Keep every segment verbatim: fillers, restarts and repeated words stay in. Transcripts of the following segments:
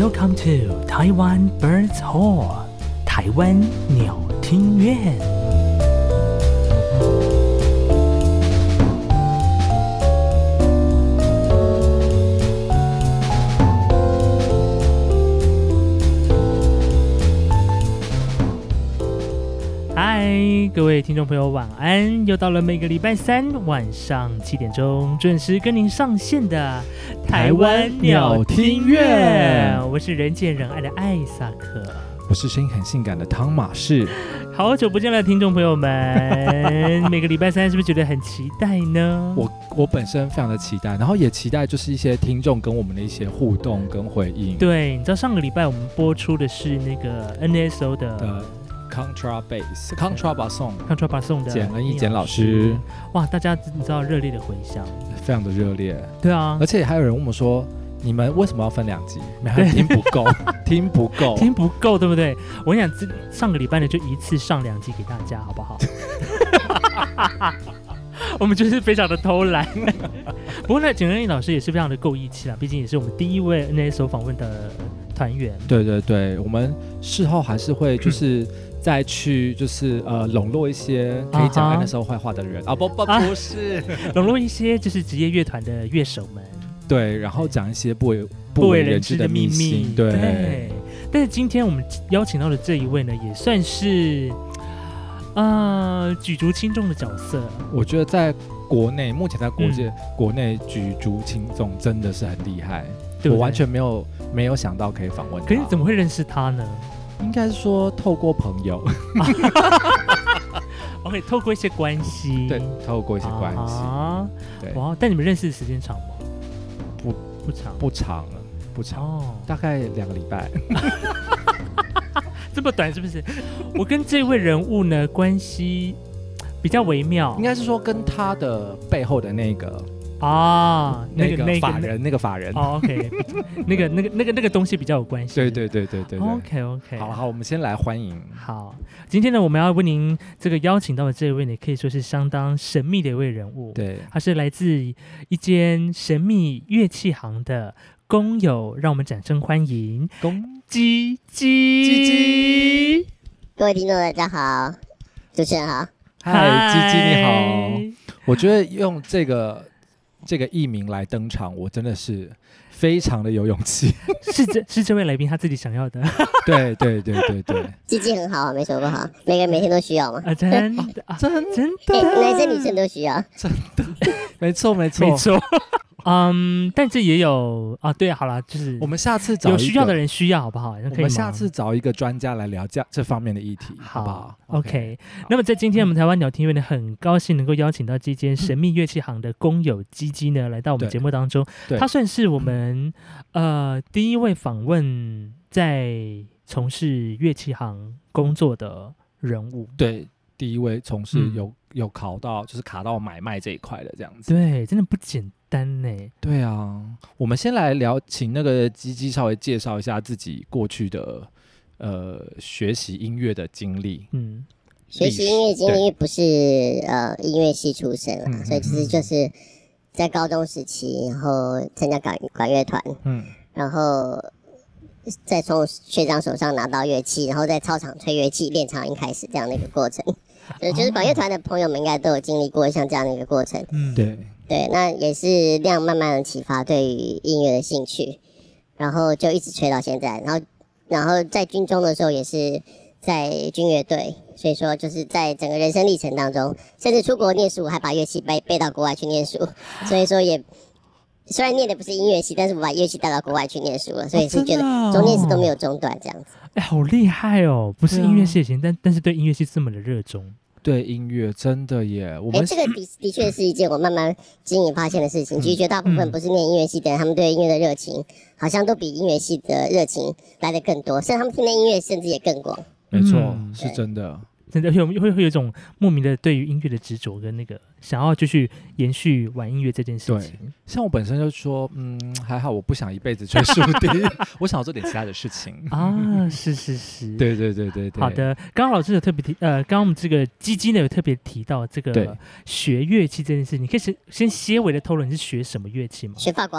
Welcome to Taiwan Birds Hall， 台湾鸟听院。嗨，各位听众朋友，晚安！又到了每个礼拜三晚上七点钟准时跟您上线的台湾鸟听院，我是人见人爱的艾萨克， 我是声音很性感的汤马士。 好久不见了，听众朋友们，每个礼拜三是不是觉得很期待呢？ 我我本身非常的期待，然后也期待就是一些听众跟我们的一些互动跟回应。 对，你知道上个礼拜我们播出的是那个 N S O 的。 的Contra Bass Contra Basson Contra Basson 的简恩义简老师， 哇，大家你知道热烈的回响， 非常的热烈。 对啊， 而且还有人问我说，你们为什么要分两集？没有听不够，听不够， 听不够，对不对？我跟你讲，上个礼拜呢就一次上两集给大家，好不好？我们就是非常的偷懒。不过呢，简恩义老师也是非常的够义气啦，毕竟也是我们第一位 N S O 访问的团员。 对对对，我们事后还是会就是。再去就是呃笼络一些可以讲 N S O 坏话的人啊，不不不是笼络一些就是职业乐团的乐手们， 对，然后讲一些不为不为人知的秘密，对。 对，但是今天我们邀请到的这一位呢，也算是呃举足轻重的角色。 我觉得在国内，目前在国界、嗯、国内举足轻重真的是很厉害，对对，我完全没有没有想到可以访问他。 可是你怎么会认识他呢？ 应该是说透过朋友 OK， 透过一些关系， 对，透过一些关系、啊、对。 哇，但你们认识的时间长吗？ 不不长， 不长不长、哦、大概两个礼拜。 这么短是不是？我跟这位人物呢关系比较微妙， 应该是说跟他的背后的那个啊， 那个法人，那个法人， 哦 ，OK， 那个那个那个那个东西比较有关系。 对对对对对对 ，OK OK， 好好，我们先来欢迎。 好，今天呢，我们要为您这个邀请到的这位呢，可以说是相当神秘的一位人物。 对， 他是来自一间神秘乐器行的工友，让我们掌声欢迎公鸡鸡鸡鸡。 各位听众大家好，主持人好， 嗨，鸡鸡你好。我觉得用这个。这个艺名来登场，我真的是非常的有勇气。 是这是这位来宾他自己想要的。 对对对对对， 鸡鸡很好，没说不好，每个人每天都需要嘛。 啊，真的、啊、真真的、 欸，男生女生都需要， 真的，没错没错没错。嗯，但这也有啊，对，好了，就是我们下次找一个有需要的人需要，好不好？ 我们下次找一个专家来聊这这方面的议题，好不好 ？OK。那么在今天我们台湾鸟听院呢，很高兴能够邀请到这间神秘乐器行的工友鸡鸡呢，来到我们节目当中。他算是我们呃第一位访问在从事乐器行工作的人物。 对。第一位从事有、嗯、有考到就是卡到买卖这一块的这样子， 对，真的不简单呢。 对啊，我们先来聊，请那个鸡鸡稍微介绍一下自己过去的呃学习音乐的经历。 嗯，学习音乐经历不是呃音乐系出身啦、嗯，所以其实就是在高中时期，然后参加管管乐团，嗯，然后再从学长手上拿到乐器，然后在操场吹乐器练长音开始这样的一个过程。对，就是管乐团的朋友们应该都有经历过像这样的一个过程。 嗯，对对，那也是这样慢慢的启发对于音乐的兴趣，然后就一直吹到现在。然后，然后在军中的时候也是在军乐队，所以说就是在整个人生历程当中，甚至出国念书还把乐器背背到国外去念书，所以说也虽然念的不是音乐系，但是我把乐器带到国外去念书了，所以是觉得中间是都没有中断这样子。 哎、欸，好厉害哦！不是音乐系的型，但但是对音乐系这么的热衷。 对音乐真的耶，我们、 欸、这个的的确是一件我慢慢经营发现的事情。其实绝大部分不是念音乐系的人、嗯，他们对音乐的热情好像都比音乐系的热情来得更多，甚至他们听的音乐甚至也更广。 没错、嗯，是真的。 真的会会会有一种莫名的对于音乐的执着跟那个想要继续延续玩音乐这件事情。 对，像我本身就说，嗯，还好我不想一辈子吹竖笛，我想要做点其他的事情啊。是是是， 对对对对对。 好的，刚刚老师有特别提，呃，刚刚我们这个鸡鸡呢有特别提到这个学乐器这件事，你可以先先些微的透露你是学什么乐器吗？ 学法国号。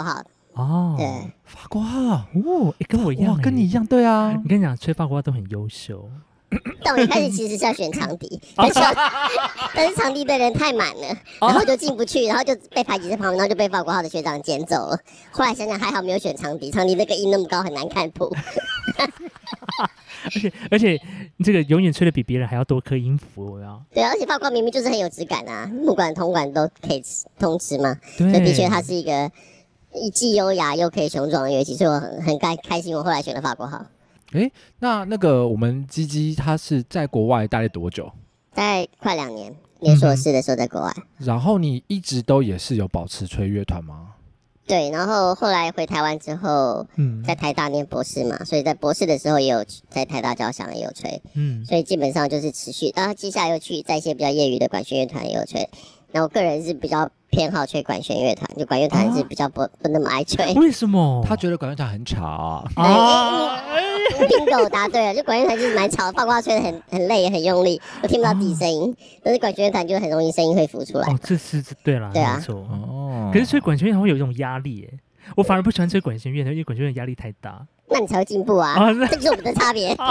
哦， 对， 法国号哦，欸、跟我一样、欸， 跟你一样，对啊。 你跟你讲，吹法国号都很优秀。 但我一开始其实是要选长笛，但是但是长笛的人太满了，然后就进不去，然后就被排挤在旁边，然后就被法国号的学长捡走了。后来想想还好没有选长笛，长笛那个音那么高很难看谱。 而且而且这个永远吹的比别人还要多颗音符，我要对啊，而且法国明明就是很有质感啊，木管、铜管都可以通吃嘛， 对， 所以的确它是一个既优雅又可以雄壮的乐器，所以我很很开开心，我后来选了法国号。 哎，那那个我们鸡鸡他是在国外待了多久？ 大概快两年，念硕士的时候在国外、 嗯。然后你一直都也是有保持吹乐团吗？ 对，然后后来回台湾之后，嗯，在台大念博士嘛，所以在博士的时候也有在台大交响也有吹，嗯，所以基本上就是持续。然后接下来又去在一些比较业余的管弦乐团也有吹。那我个人是比较偏好吹管弦乐团，就管乐团是比较不、啊、不那么爱吹。 为什么？ 他觉得管乐团很吵啊。 啊bingo 答对了，就管乐团就是蛮吵的，法国号吹得很很累也很用力，我听不到自己声音。但是管弦乐团就很容易声音会浮出来。 哦，这是对啦， 对啊， 没错。哦，可是吹管弦乐团会有一种压力耶，我反而不喜欢吹管弦乐团，因为管弦乐团压力太大。 那你才会进步啊！哦、这就是我们的差别。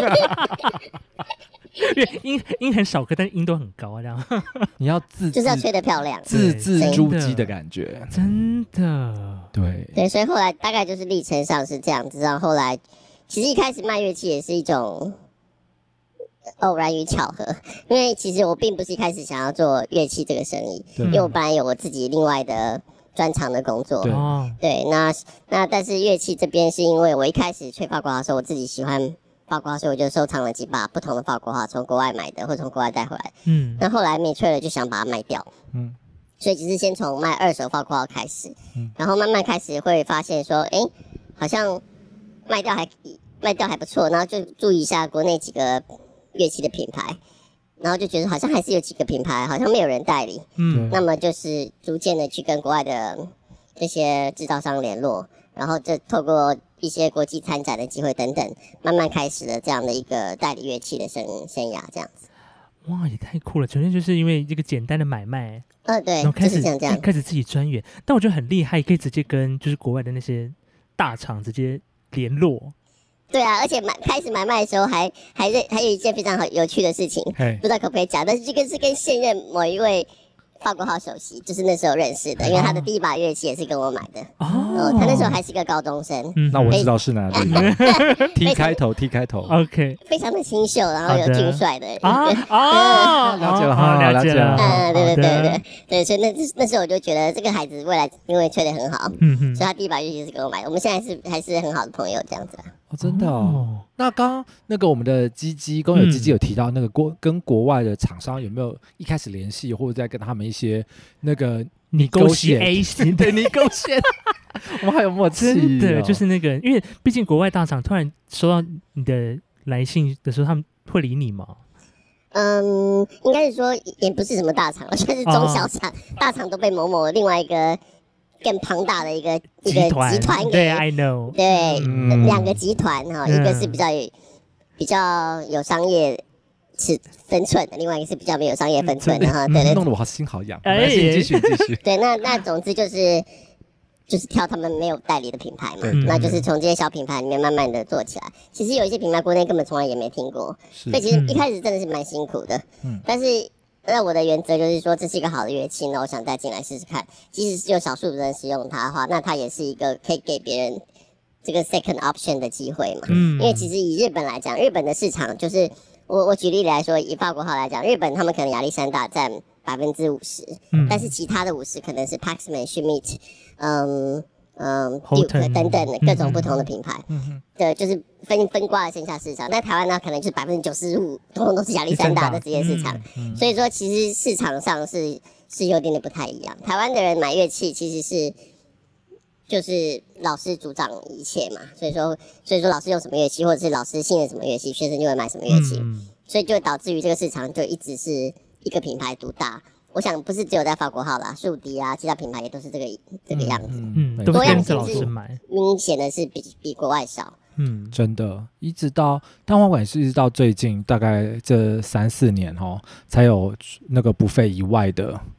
因为音音很少颗，但是音都很高啊，这样。 你要自就是要吹得漂亮， 字字珠玑的感觉， 真的。 对对，所以后来大概就是历程上是这样子，然后后来其实一开始卖乐器也是一种偶然与巧合，因为其实我并不是一开始想要做乐器这个生意，因为我本来有我自己另外的专长的工作。 对， 对，那那但是乐器这边是因为我一开始吹法国号的时候，我自己喜欢法国号，所以我就收藏了几把不同的法国号，从国外买的或从国外带回来。嗯，那后来没吹了，就想把它卖掉。嗯，所以只是先从卖二手法国号开始，嗯，然后慢慢开始会发现说，哎，好像卖掉还卖掉还不错，然后就注意一下国内几个乐器的品牌。然后就觉得好像还是有几个品牌好像没有人代理，嗯，那么就是逐渐的去跟国外的这些制造商联络，然后就透过一些国际参展的机会等等，慢慢开始了这样的一个代理乐器的生生涯，这样子。 哇，也太酷了！纯粹就是因为这个简单的买卖， 呃，对， 然后开始就是这样这样开始自己专员，但我觉得很厉害，可以直接跟就是国外的那些大厂直接联络。 对啊，而且买开始买卖的时候还还还有一件非常好有趣的事情，不知道可不可以讲，但是这个是跟现任某一位法国号首席，就是那时候认识的，因为他的第一把乐器也是跟我买的。哦，他那时候还是个高中生。 嗯，那我知道是哪里。T 开头 ，T 开头。 OK。 非常的清秀，然后有俊帅的。 啊啊， 了解了，好了解了。 嗯，对对对对对，所以那那时候我就觉得这个孩子未来因为吹得很好，嗯嗯，所以他第一把乐器是跟我买的。我们现在是还是很好的朋友，这样子啊。 哦，真的哦。那刚刚那个我们的鸡鸡公有鸡鸡有提到那个国跟国外的厂商有没有一开始联系，或者在跟他们一些那个你勾线 A 型对你勾线，我们还有默契、哦。 真的就是那个，因为毕竟国外大厂突然收到你的来信的时候，他们会理你吗？ 嗯，应该是说也不是什么大厂，就是中小厂，哦、大厂都被某某另外一个更庞大的一个一个集团给， 对 ，I know， 对，嗯、两个集团哈，一个是比较有比较有商业尺分寸的，另外一个是比较没有商业分寸的哈，对对， 弄得我心好痒。哎，继续继续。 对，那那总之就是就是挑他们没有代理的品牌嘛，嗯、那就是从这些小品牌里面慢慢的做起来。其实有一些品牌国内根本从来也没听过，所以其实一开始真的是蛮辛苦的。嗯，但是那我的原则就是说，这是一个好的乐器，那我想带进来试试看。即使是有少数人使用它的话，那它也是一个可以给别人这个 second option 的机会嘛。嗯，因为其实以日本来讲，日本的市场就是我我举例来说，以法国号来讲，日本他们可能亚历山大占百分之五十，但是其他的五十可能是 Paxman、Schmidt， 嗯。嗯 ，Duke 等等的各种不同的品牌，嗯对，就是分分挂了线下市场。那台湾呢，可能就是百分之九十五，通通都是亚历山大的这些市场。嗯嗯、所以说，其实市场上是是有点点不太一样。台湾的人买乐器其实是就是老师主掌一切嘛，所以说所以说老师用什么乐器，或者是老师信任什么乐器，学生就会买什么乐器，嗯、所以就导致于这个市场就一直是一个品牌独大。我想不是只有在法国号啦，树迪啊，其他品牌也都是这个这个样子，嗯，嗯多样性是明显的是比比国外少， 嗯，真的，一直到蛋花馆是一直到最近大概这三四年哦，才有那个buffet以外的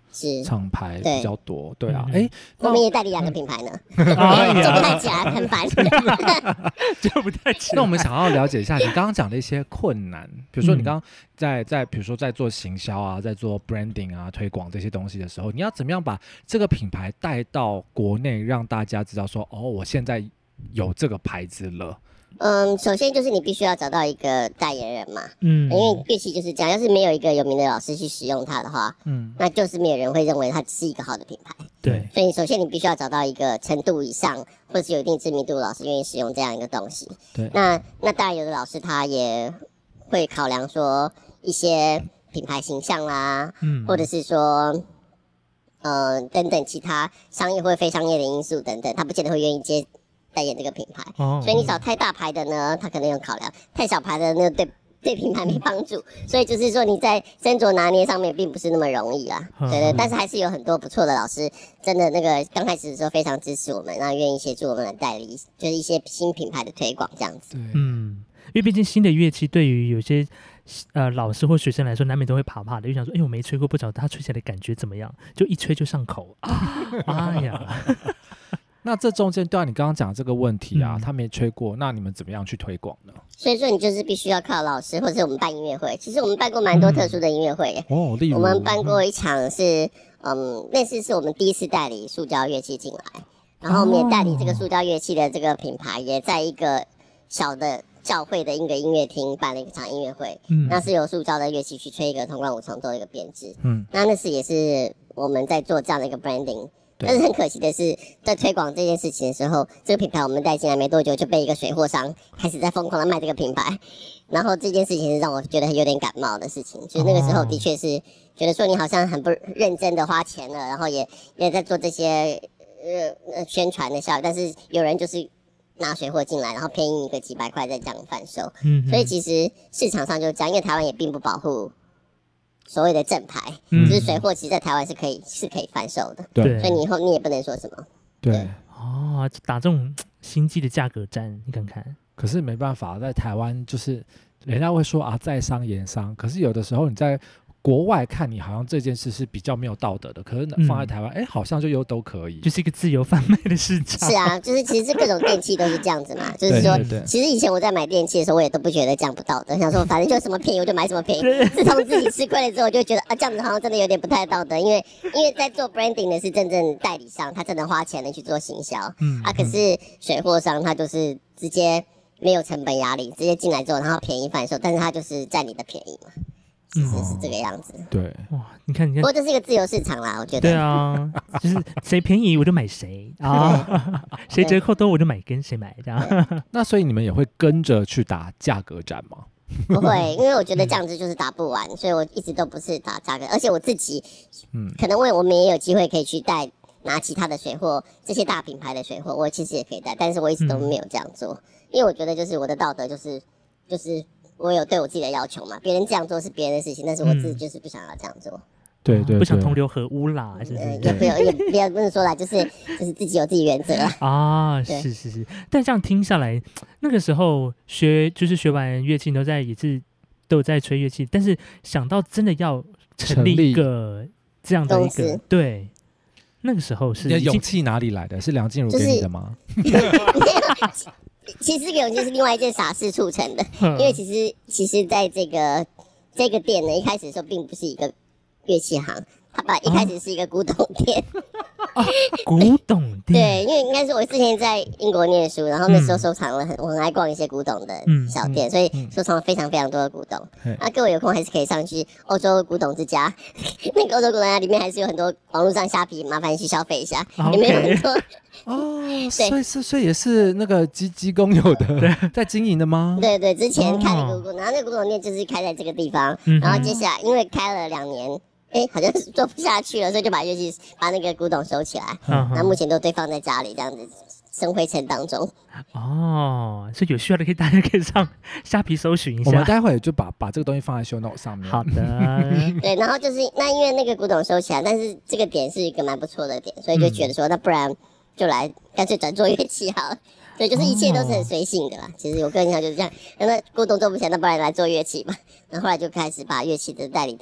厂牌比较多，对啊，哎、嗯， 我们也代理两个品牌呢，做、嗯、不太起来，很烦， 做不太起来。 那我们想要了解一下你刚刚讲的一些困难，比如说你刚刚在在比如说在做行销啊，在做 branding 啊、推广这些东西的时候，你要怎么样把这个品牌带到国内，让大家知道说，哦，我现在有这个牌子了。 嗯，首先就是你必须要找到一个代言人嘛，嗯，因为乐器就是这样，要是没有一个有名的老师去使用它的话，嗯，那就是没有人会认为它是一个好的品牌。 对， 所以首先你必须要找到一个程度以上，或者是有一定知名度的老师愿意使用这样一个东西。 对， 那那当然有的老师他也会考量说一些品牌形象啦，嗯，或者是说呃等等其他商业或非商业的因素等等，他不见得会愿意接代言这个品牌，哦，所以你找太大牌的呢，他可能有考量；太小牌的呢，对对品牌没帮助。所以就是说你在斟酌拿捏上面并不是那么容易啦，对对。但是还是有很多不错的老师，真的那个刚开始的时候非常支持我们，然后愿意协助我们来代理，就是一些新品牌的推广这样子。 嗯，因为毕竟新的乐器对于有些呃老师或学生来说，难免都会怕怕的，就想说，哎、欸，我没吹过，不知道他吹起来的感觉怎么样，就一吹就上口啊！哎呀。 那这中间对啊，你刚刚讲这个问题啊，嗯、他没吹过，那你们怎么样去推广呢？ 所以说你就是必须要靠老师，或者是我们办音乐会。其实我们办过蛮多特殊的音乐会、 嗯、哦，例如我们办过一场是嗯，类似是我们第一次代理塑胶乐器进来，然后我们也代理这个塑胶乐器的这个品牌，也在一个小的教会的一个音乐厅办了一场音乐会。嗯，那是由塑胶的乐器去吹一个铜管五重奏的一个编制。嗯，那那是也是我们在做这样的一个 branding。但是很可惜的是，在推广这件事情的时候，这个品牌我们带进来没多久，就被一个水货商开始在疯狂的卖这个品牌。然后这件事情是让我觉得有点感冒的事情，就是那个时候的确是觉得说你好像很不认真的花钱了，然后也也在做这些呃宣传的效果，但是有人就是拿水货进来，然后便宜一个几百块再这样贩售。嗯，所以其实市场上就这样，因为台湾也并不保护所谓的正牌，嗯、就是水货，其实在台湾是可以是可以贩售的，对，所以你以后你也不能说什么， 对， 对哦，打这种星际的价格战，你看看， 可是没办法，在台湾就是人家会说啊，在商言商，可是有的时候你在国外看你好像这件事是比较没有道德的，可是放在台湾，哎、嗯，好像就又都可以， 就是一个自由贩卖的市场。 是啊，就是其实各种电器都是这样子嘛，就是说，对对对，其实以前我在买电器的时候，我也都不觉得这样不道德，想说反正就什么便宜我就买什么便宜。自从自己吃亏了之后，我就觉得啊，这样子好像真的有点不太道德，因为因为在做 branding 的是真正代理商，他真的花钱的去做行销，嗯啊，可是水货商他就是直接没有成本压力，直接进来之后然后便宜贩售，但是他就是占你的便宜嘛。其实是这个样子， 嗯、对， 哇，你看，你看， 不过这是一个自由市场啦，我觉得。 对啊，就是谁便宜我就买谁啊，谁折扣多我就买跟谁买这样。 那所以你们也会跟着去打价格战吗？ 不会，因为我觉得这样子就是打不完，所以我一直都不是打价格，而且我自己，嗯，可能因为我们也有机会可以去带拿其他的水货，这些大品牌的水货，我其实也可以带，但是我一直都没有这样做，嗯、因为我觉得就是我的道德就是就是。我有对我自己的要求嘛，别人这样做是别人的事情，但是我自己就是不想要这样做。 嗯、对, 对对， 不想同流合污啦，是不是？ 也不要也不要不能说啦，就是就是自己有自己原则啦。 啊，是是是。但这样听下来，那个时候学就是学完乐器都在也是都有在吹乐器，但是想到真的要成立一个这样的一个对，那个时候是你的勇气哪里来的？是梁静茹给你的吗？ 就是其实这个勇气是另外一件傻事促成的，因为其实其实在这个这个店呢，一开始的时候并不是一个乐器行，它本来一开始是一个古董店。 啊、古董店对，因为应该是我之前在英国念书，然后那时候收藏了很，我很爱逛一些古董的小店，嗯、所以收藏了非常非常多的古董。嗯、啊，各位有空还是可以上去欧洲古董之家，那个欧洲古董家里面还是有很多网络上虾皮，麻烦你去消费一下，里面有很多。 哦，所以是所以也是那个基基公有的在经营的吗？ 对对，之前开了一个古董，然后那个古董店就是开在这个地方，嗯、然后接下来因为开了两年。哎，好像是做不下去了，所以就把乐器把那个古董收起来，那、嗯、目前都堆放在家里，这样子生灰尘当中。 哦，所以有需要的可以大家可以上虾皮搜寻一下。 我们待会就把把这个东西放在 show note 上面。 好的。 对，然后就是那因为那个古董收起来，但是这个点是一个蛮不错的点，所以就觉得说，嗯、那不然就来干脆转做乐器好了。对，就是一切都是很随性的啦。哦、其实我个人想就是这样，那古董做不起来，那不然来做乐器吧。然后后来就开始把乐器的代理的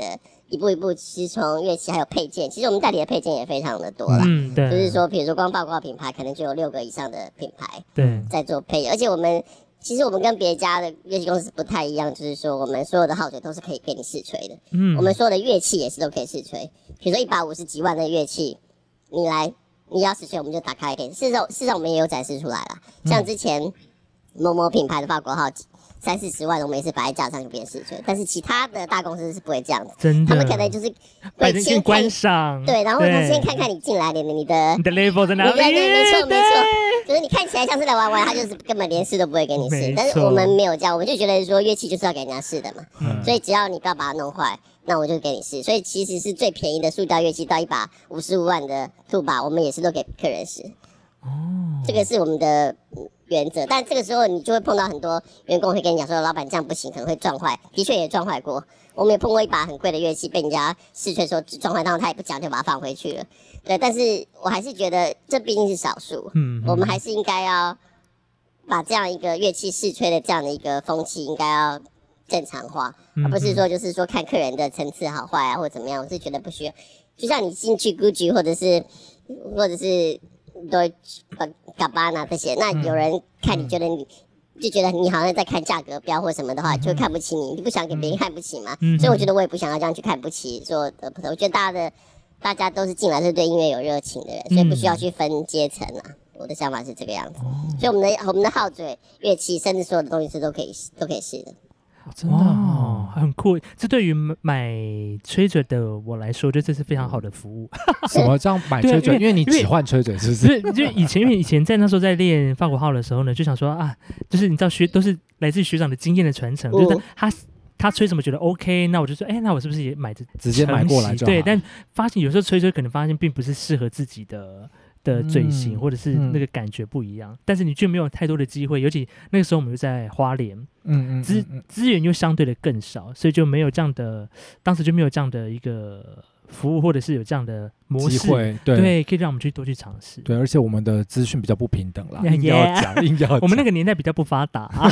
一步一步，其实从乐器还有配件，其实我们代理的配件也非常的多啦。 嗯，对， 就是说，比如说光报告品牌，可能就有六个以上的品牌对在做配件，而且我们其实我们跟别家的乐器公司不太一样，就是说我们所有的号嘴都是可以给你试吹的，嗯，我们所有的乐器也是都可以试吹，比如说一把五十几万的乐器，你来你要试吹，我们就打开给你。事实上，事实上我们也有展示出来啦，像之前某某品牌的法国号。三四十万，我们也是摆在架上就变试吹，但是其他的大公司是不会这样子， 真的， 他们可能就是会先观赏， 对，然后他先看看你进来的你的你的 level 在哪里， 对对，没错没错，就是你看起来像是来玩玩，他就是根本连试都不会给你试，但是我们没有这样，我们就觉得说乐器就是要给人家试的嘛，嗯、所以只要你不要把它弄坏，那我就给你试，所以其实是最便宜的塑胶乐器到一把五十五万的兔把，我们也是都给客人试，哦，这个是我们的。原则，但这个时候你就会碰到很多员工会跟你讲说，老板这样不行，可能会撞坏。的确也撞坏过，我们也碰过一把很贵的乐器被人家试吹说撞坏，然后他也不讲就把它放回去了。对，但是我还是觉得这毕竟是少数，嗯，我们还是应该要把这样一个乐器试吹的这样的一个风气应该要正常化，嗯、而不是说就是说看客人的层次好坏啊或怎么样。我是觉得不需要，就像你进去 Gucci 或者是或者是。都嘎巴纳这些，那有人看你觉得你、嗯、就觉得你好像在看价格标或什么的话，就会看不起你，你不想给别人看不起嘛？嗯、所以我觉得我也不想要这样去看不起，说呃不是，我觉得大家的大家都是进来是对音乐有热情的人，所以不需要去分阶层啊。我的想法是这个样子，嗯、所以我们的我们的号嘴、乐器，甚至所有的东西是都可以都可以试的。 真的哦，很酷！这对于买吹嘴的我来说，这是非常好的服务。 什么叫买吹嘴？因为你只换吹嘴，是不是？ 就以前，因为以前在那时候在练法国号的时候呢，就想说啊，就是你知道学都是来自于学长的经验的传承，嗯、就是他他吹什么觉得 OK， 那我就说，哎、欸，那我是不是也买着直接买过来就好？ 对，但发现有时候吹吹可能发现并不是适合自己的。的嘴型、嗯、或者是那个感觉不一样，嗯、但是你却没有太多的机会，尤其那个时候我们又在花莲，嗯嗯，资资源又相对的更少，所以就没有这样的，当时就没有这样的一个服务，或者是有这样的模式， 对, 对，可以让我们去多去尝试。 对，而且我们的资讯比较不平等啦， yeah, 硬要讲，硬要讲， 我们那个年代比较不发达、啊。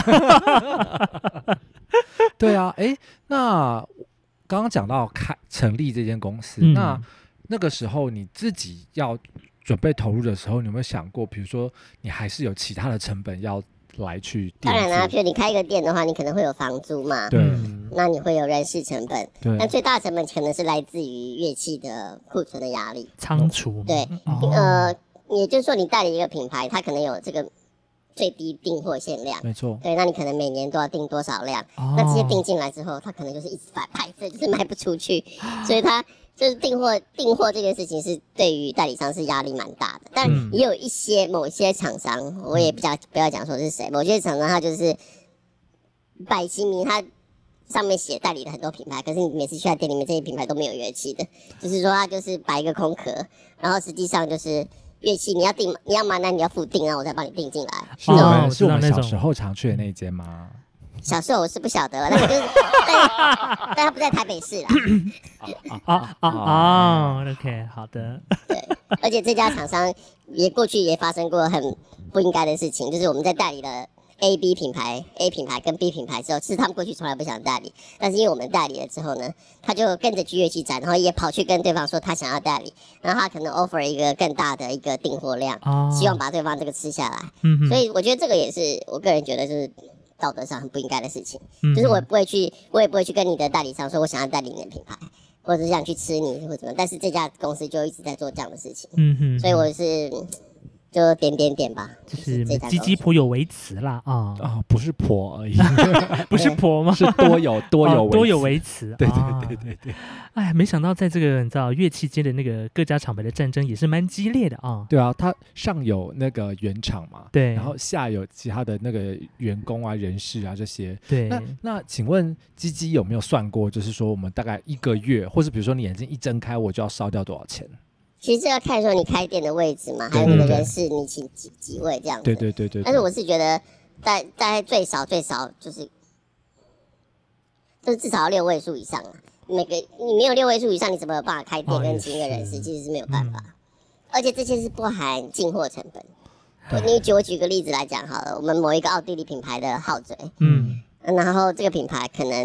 对啊，哎，那刚刚讲到开成立这间公司，嗯、那那个时候你自己要。准备投入的时候，你有没有想过，比如说你还是有其他的成本要来去垫付？ 当然啦、啊，比如你开一个店的话，你可能会有房租嘛，对，那你会有人事成本，对，但最大的成本可能是来自于乐器的库存的压力， 仓储， 对，哦、呃，也就是说你带了一个品牌，它可能有这个最低订货限量， 没错， 对，那你可能每年都要订多少量，哦、那这些订进来之后，它可能就是一直反排队，就是卖不出去，所以它。就是订货，订货这件事情是对于代理商是压力蛮大的，但也有一些某些厂商，我也不要不要讲说是谁，某些厂商他就是摆其名，他上面写代理的很多品牌，可是你每次去他店里面，这些品牌都没有乐器的，就是说他就是摆一个空壳，然后实际上就是乐器你要订，你要买那你要付定，然后我再帮你订进来。 是我们、哦、是我们小时候常去的那一间吗？ 小时候我是不晓得了，但是就是但但他不在台北市啦。 啊啊啊 ！OK， 好的。 对，而且这家厂商也过去也发生过很不应该的事情，就是我们在代理了 A、B 品牌、A 品牌跟 B 品牌之后，是他们过去从来不想代理，但是因为我们代理了之后呢，他就跟着去乐器展，然后也跑去跟对方说他想要代理，然后他可能 offer 一个更大的一个订货量，哦、希望把对方这个吃下来。嗯，所以我觉得这个也是我个人觉得就是道德上很不应该的事情，嗯、就是我也不会去，我也不会去跟你的代理商说我想要代理你的品牌，或者是想去吃你或者怎么，但是这家公司就一直在做这样的事情。嗯哼，所以我是。就点点点吧， 就是鸡鸡颇有微词啦啊啊，不是婆而已， 不是婆吗？ 是多有多有、 哦、多有微词， 对对对对对。 哎，没想到在这个你知道乐器间的那个各家厂牌的战争也是蛮激烈的啊。 对啊，它上有那个原厂嘛， 对， 然后下有其他的那个员工啊、人事啊这些。 对， 那那请问鸡鸡有没有算过，就是说我们大概一个月，或是比如说你眼睛一睁开，我就要烧掉多少钱？ 其实这要看说你开店的位置嘛，还有那个人事你请几几位这样子。 对对对 对, 对。 但是我是觉得大大概最少最少就是就是至少要六位数以上啊。每个你没有六位数以上，你怎么有办法开店跟请一个人事？哦、其实是没有办法。嗯、而且这些是不含进货成本。我你举我举个例子来讲好了，我们某一个奥地利品牌的号嘴，嗯，然后这个品牌可能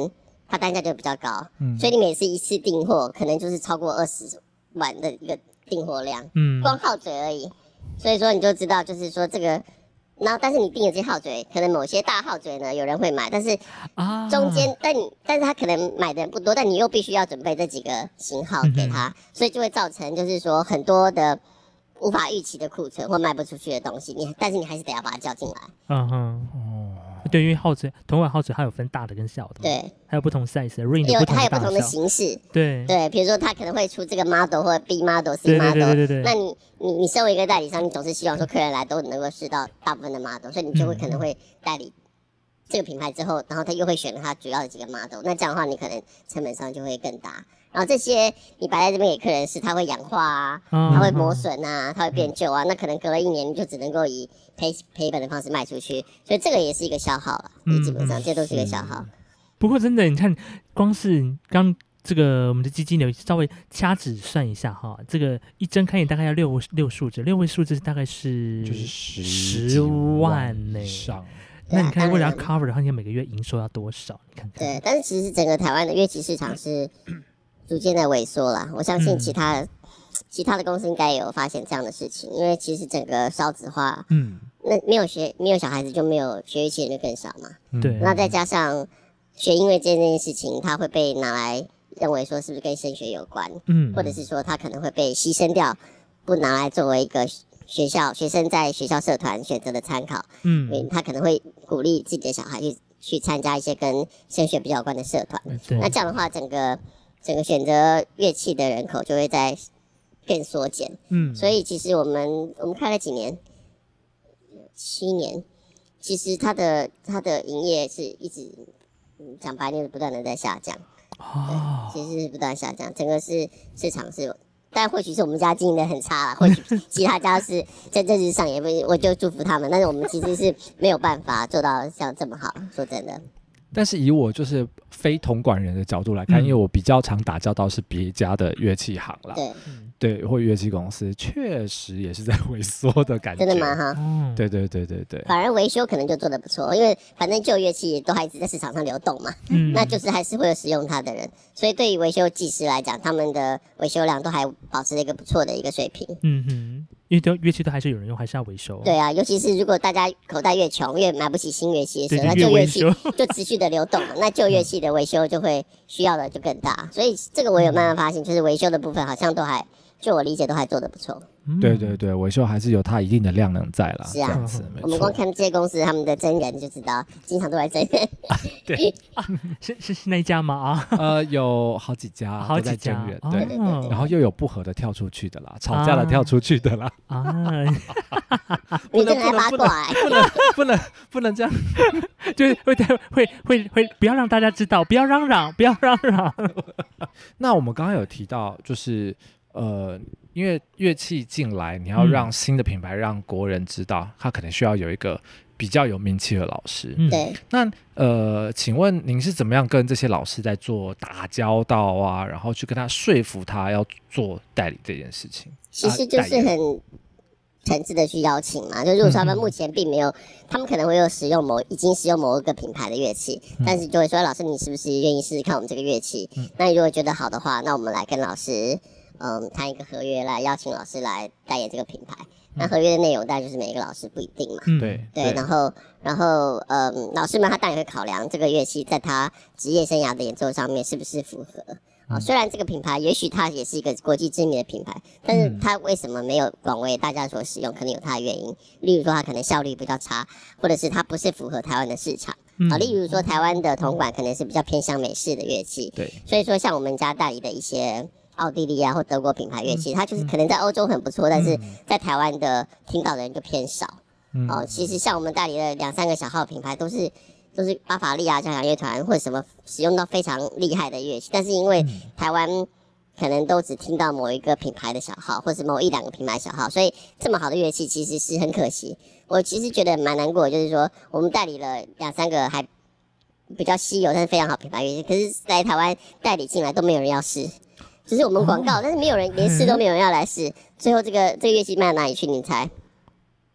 它单价就比较高， 嗯， 所以你每次一次订货可能就是超过二十万的一个订货量， 嗯， 光号嘴而已。所以说你就知道，就是说这个，然后但是你订的这些号嘴，可能某些大号嘴呢有人会买，但是啊， 中间，但你但是他可能买的人不多，但你又必须要准备这几个型号给他， 嗯、 所以就会造成就是说很多的无法预期的库存或卖不出去的东西，你但是你还是得要把它叫进来。 嗯哼，哦，对，因为号嘴同款号嘴它有分大的跟小的， 对， 还有不同 size 的 ring 的有不同的它有不同的大小形式， 对对，比如说它可能会出这个 model 或者 B model、C 对 model， 对对对对对那你你你身为一个代理商，你总是希望说客人来都能够试到大部分的 model， 所以你就会可能会代理这个品牌之后，然后他又会选它主要的几个 model， 那这样的话你可能成本上就会更大。然后这些你摆在这边给客人试，它会氧化啊， 嗯它会磨损啊，它会变旧啊，那可能隔了一年你就只能够以赔赔本的方式卖出去，所以这个也是一个消耗了， 嗯基本上这都是一个消耗。 不过真的，你看，光是刚这个我们的基金流稍微掐指算一下哈，这个一针开眼大概要六六数字，六位数字大概是就是十十万呢、 上。 那你看，为了要 cover 的话，你每个月营收要多少？你看看。 对，但是其实整个台湾的乐器市场是逐渐在萎缩啦。我相信其他、嗯、其他的公司应该也有发现这样的事情，因为其实整个少子化，嗯，那没有学没有小孩子就没有学乐器的人就更少嘛。 对、嗯。 那再加上学音乐这件事情，它会被拿来认为说是不是跟升学有关，嗯，或者是说它可能会被牺牲掉，不拿来作为一个学校学生在学校社团选择的参考，嗯，因为他可能会鼓励自己的小孩去去参加一些跟升学比较有关的社团，那这样的话，整个整个选择乐器的人口就会在更缩减，嗯，所以其实我们我们开了几年，七年，其实它的它的营业是一直讲白点是不断的在下降，哦，其实是不断下降，整个是市场是。但或许是我们家经营的很差啦，或许其他家是在政治上也不，我就祝福他们。但是我们其实是没有办法做到像这么好，说真的。 但是以我就是非统管人的角度来看，嗯、因为我比较常打交道是别家的乐器行啦， 对， 对，或乐器公司，确实也是在萎缩的感觉。 真的吗？哈， 嗯，对对对对对。 反而维修可能就做得不错，因为反正旧乐器都还一直在市场上流动嘛，嗯，那就是还是会有使用它的人，所以对于维修技师来讲，他们的维修量都还保持了一个不错的一个水平。 嗯哼。因为都乐器都还是有人用，还是要维修。 对啊，尤其是如果大家口袋越穷，越买不起新乐器的时候，那旧乐器就持续的流动了，那旧乐器的维修就会需要的就更大。所以这个我有慢慢发现，就是维修的部分好像都还，就我理解都还做得不错。 嗯、对对对，维修还是有它一定的量能在啦。 是啊，我们光看这些公司他们的真人就知道，经常都在真人。 啊、对啊，是是是那一家吗？啊， 呃，有好几家， 好几家， 对、哦、对对对，然后又有不合的跳出去的啦，吵架的跳出去的啦。啊， 你这个还八卦、欸， 不能不能不能这样， 就是会会会会不要让大家知道，不要嚷嚷，不要嚷嚷。 那我们刚刚有提到，就是呃。因为乐器进来，你要让新的品牌让国人知道，他、嗯、可能需要有一个比较有名气的老师。 对、嗯， 那呃，请问您是怎么样跟这些老师在做打交道啊？然后去跟他说服他要做代理这件事情？ 其实就是很诚挚的去邀请嘛。就如果说他们目前并没有，嗯、他们可能会有使用某已经使用某一个品牌的乐器，嗯、但是就会说老师，你是不是愿意试试看我们这个乐器？嗯、那你如果觉得好的话，那我们来跟老师。嗯，谈一个合约来邀请老师来代言这个品牌。嗯、那合约的内容当然就是每一个老师不一定嘛。 嗯、对对，然后然后嗯，老师们他当然会考量这个乐器在他职业生涯的演奏上面是不是符合。哦，虽然这个品牌也许它也是一个国际知名的品牌，但是它为什么没有广为大家所使用，可能有它的原因。例如说，它可能效率比较差，或者是它不是符合台湾的市场。啊、哦，例如说，台湾的铜管可能是比较偏向美式的乐器。对，所以说像我们家代理的一些。奥地利啊，或德国品牌乐器，它就是可能在欧洲很不错，但是在台湾的听到的人就偏少。嗯、哦，其实像我们代理的两三个小号品牌，都是都是巴伐利亚交响乐团或者什么使用到非常厉害的乐器，但是因为台湾可能都只听到某一个品牌的小号，或是某一两个品牌小号，所以这么好的乐器其实是很可惜。我其实觉得蛮难过，就是说我们代理了两三个还比较稀有但是非常好品牌乐器，可是来台湾代理进来都没有人要试。只是我们广告，哦、但是没有人连试都没有人要来试，最后这个这个乐器卖到哪里去？你猜？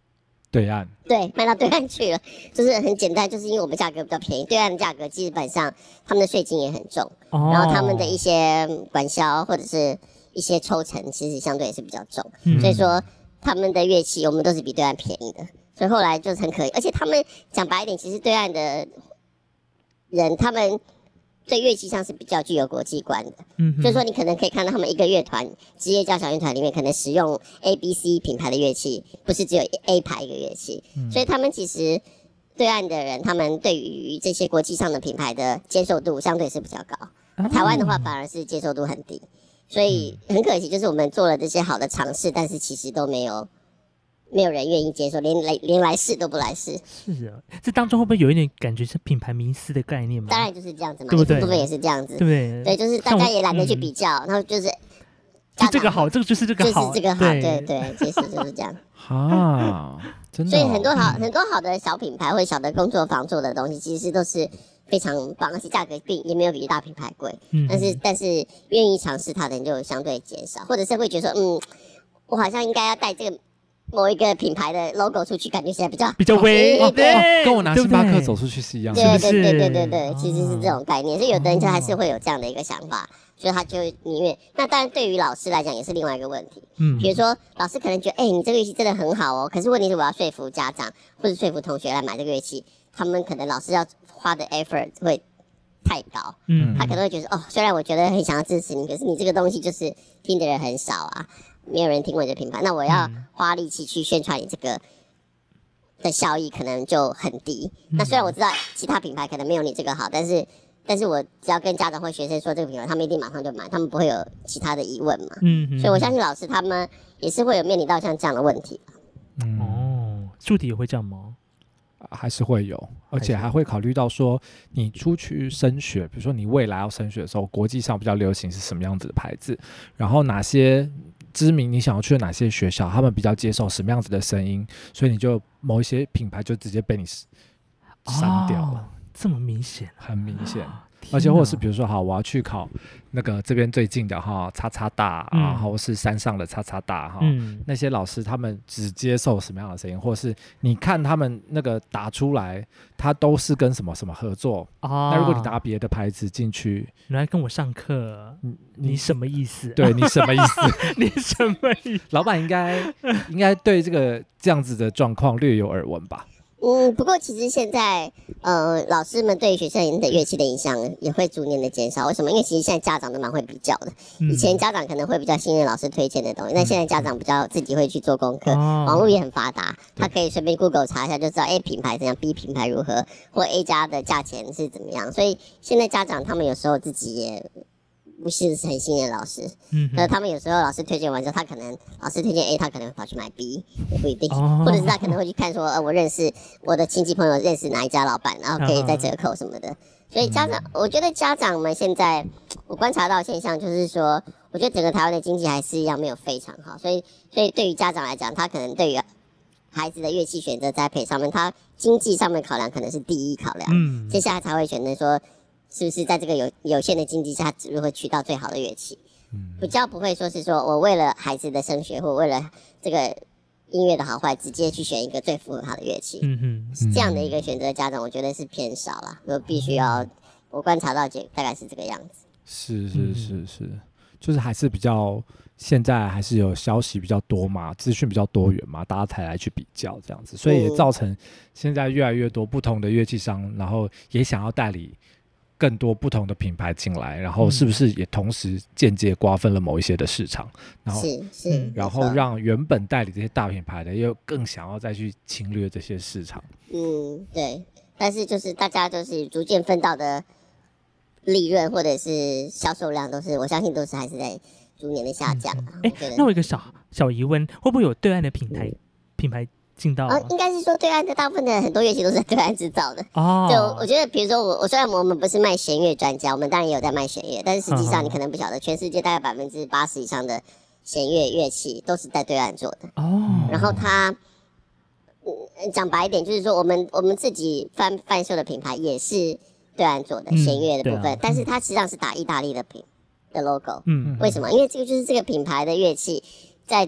对岸， 对，卖到对岸去了，就是很简单，就是因为我们价格比较便宜，对岸的价格基本上他们的税金也很重， 哦、 然后他们的一些管销或者是一些抽成，其实相对也是比较重， 嗯、 所以说他们的乐器我们都是比对岸便宜的，所以后来就是很可以，而且他们讲白一点，其实对岸的人他们对乐器上是比较具有国际观的，嗯，所以说你可能可以看到他们一个乐团职业交响乐团里面可能使用 A、B、C 品牌的乐器，不是只有 A 牌一个乐器，嗯，所以他们其实对岸的人，他们对于这些国际上的品牌的接受度相对是比较高，哦，台湾的话反而是接受度很低，所以很可惜，就是我们做了这些好的尝试，但是其实都没有。没有人愿意接受，连来连来试都不来试。 是啊，这当中会不会有一点感觉是品牌迷思的概念吗？ 当然就是这样子嘛， 对不对？ 部分也是这样子， 对不对？ 对，就是大家也懒得去比较，嗯，然后就是就这个好，这个就是这个好， 就是这个好，对 对, 对，其实就是这样。 啊，真的，哦。 所以很多好、嗯、很多好的小品牌或者小的工作坊做的东西，其实都是非常棒，而且价格并也没有比大品牌贵。嗯，但是但是愿意尝试它的人就相对减少，或者是会觉得说，嗯，我好像应该要带这个。某一个品牌的 logo 出去，感觉现在比较比较威， 哦， 对， 跟我拿星巴克走出去是一样的， 对对对对对对，其实是这种概念，所以有的人就还是会有这样的一个想法，所以他就宁愿。那当然，对于老师来讲也是另外一个问题，嗯，比如说老师可能觉得，哎，你这个乐器真的很好哦，可是问题是我要说服家长或者说服同学来买这个乐器，他们可能老师要花的 effort 会太高，嗯，他可能会觉得，哦，虽然我觉得很想要支持你，可是你这个东西就是听的人很少啊。没有人听过你的品牌，那我要花力气去宣传你这个的效益可能就很低。嗯，那虽然我知道其他品牌可能没有你这个好，但是但是我只要跟家长或学生说这个品牌，他们一定马上就买，他们不会有其他的疑问嘛。嗯，所以我相信老师他们也是会有面临到像这样的问题。 嗯，哦，助理也会这样吗？ 还是会有，而且还会考虑到说，你出去升学，比如说你未来要升学的时候，国际上比较流行是什么样子的牌子，然后哪些知名你想要去的哪些学校，他们比较接受什么样子的声音，所以你就某一些品牌就直接被你删掉了，哦， 这么明显， 很明显。而且或者是比如说好，我要去考那个这边最近的哈叉叉大，嗯，然后是山上的叉叉大哈，嗯，那些老师他们只接受什么样的声音，或者是你看他们那个打出来，他都是跟什么什么合作，哦，那如果你拿别的牌子进去， 你来跟我上课，你, 你什么意思？ 对，你什么意思？ 你什么意思？ 老板应该应该对这个这样子的状况略有耳闻吧？ 嗯，不过其实现在，呃，老师们对于学生的乐器的影响也会逐年的减少。为什么？因为其实现在家长都蛮会比较的。嗯，以前家长可能会比较信任老师推荐的东西，但，嗯，现在家长比较自己会去做功课，哦，网络也很发达，他可以随便 Google 查一下就知道 A 品牌怎样 ，B 品牌如何，或 A 家的价钱是怎么样。所以现在家长他们有时候自己也不是很信任老师，嗯，那他们有时候老师推荐完之后，他可能老师推荐 A， 他可能会跑去买 B， 也不一定，哦，或者是他可能会去看说，呃，我认识我的亲戚朋友认识哪一家老板，然后可以再折扣什么的。哦，所以家长，嗯，我觉得家长们现在我观察到现象就是说，我觉得整个台湾的经济还是一样没有非常好，所以所以对于家长来讲，他可能对于孩子的乐器选择栽培上面，他经济上面考量可能是第一考量，嗯，接下来才会选择说。是不是在这个有有限的经济下，如何取到最好的乐器？嗯，比较不会说是说我为了孩子的升学，或为了这个音乐的好坏，直接去选一个最符合他的乐器。嗯哼，这样的一个选择，家长我觉得是偏少了，就必须要，嗯，我观察到大概是这个样子。 是是是是，就是还是比较现在还是有消息比较多嘛，资讯比较多元嘛，大家才来去比较这样子，所以也造成现在越来越多不同的乐器商，然后也想要代理。更多不同的品牌进来，然后是不是也同时间接瓜分了某一些的市场？然后是是， 然后让原本代理这些大品牌的又更想要再去侵略这些市场。 嗯，对。但是就是大家就是逐渐分到的利润或者是销售量，都是我相信都是还是在逐年的下降。哎、 嗯，那我有一个小小疑问，会不会有对岸的品牌、嗯、品牌？进到啊，应该是说对岸的大部分的很多乐器都是在对岸制造的哦。就我觉得，比如说我，我虽然我们不是卖弦乐专家，我们当然也有在卖弦乐，但是实际上你可能不晓得，全世界大概百分之八十以上的弦乐乐器都是在对岸做的哦。然后它讲白一点，就是说我们我们自己贩贩售的品牌也是对岸做的弦乐的部分，嗯啊、但是它实际上是打意大利的品的 logo。嗯，为什么？因为这个就是这个品牌的乐器在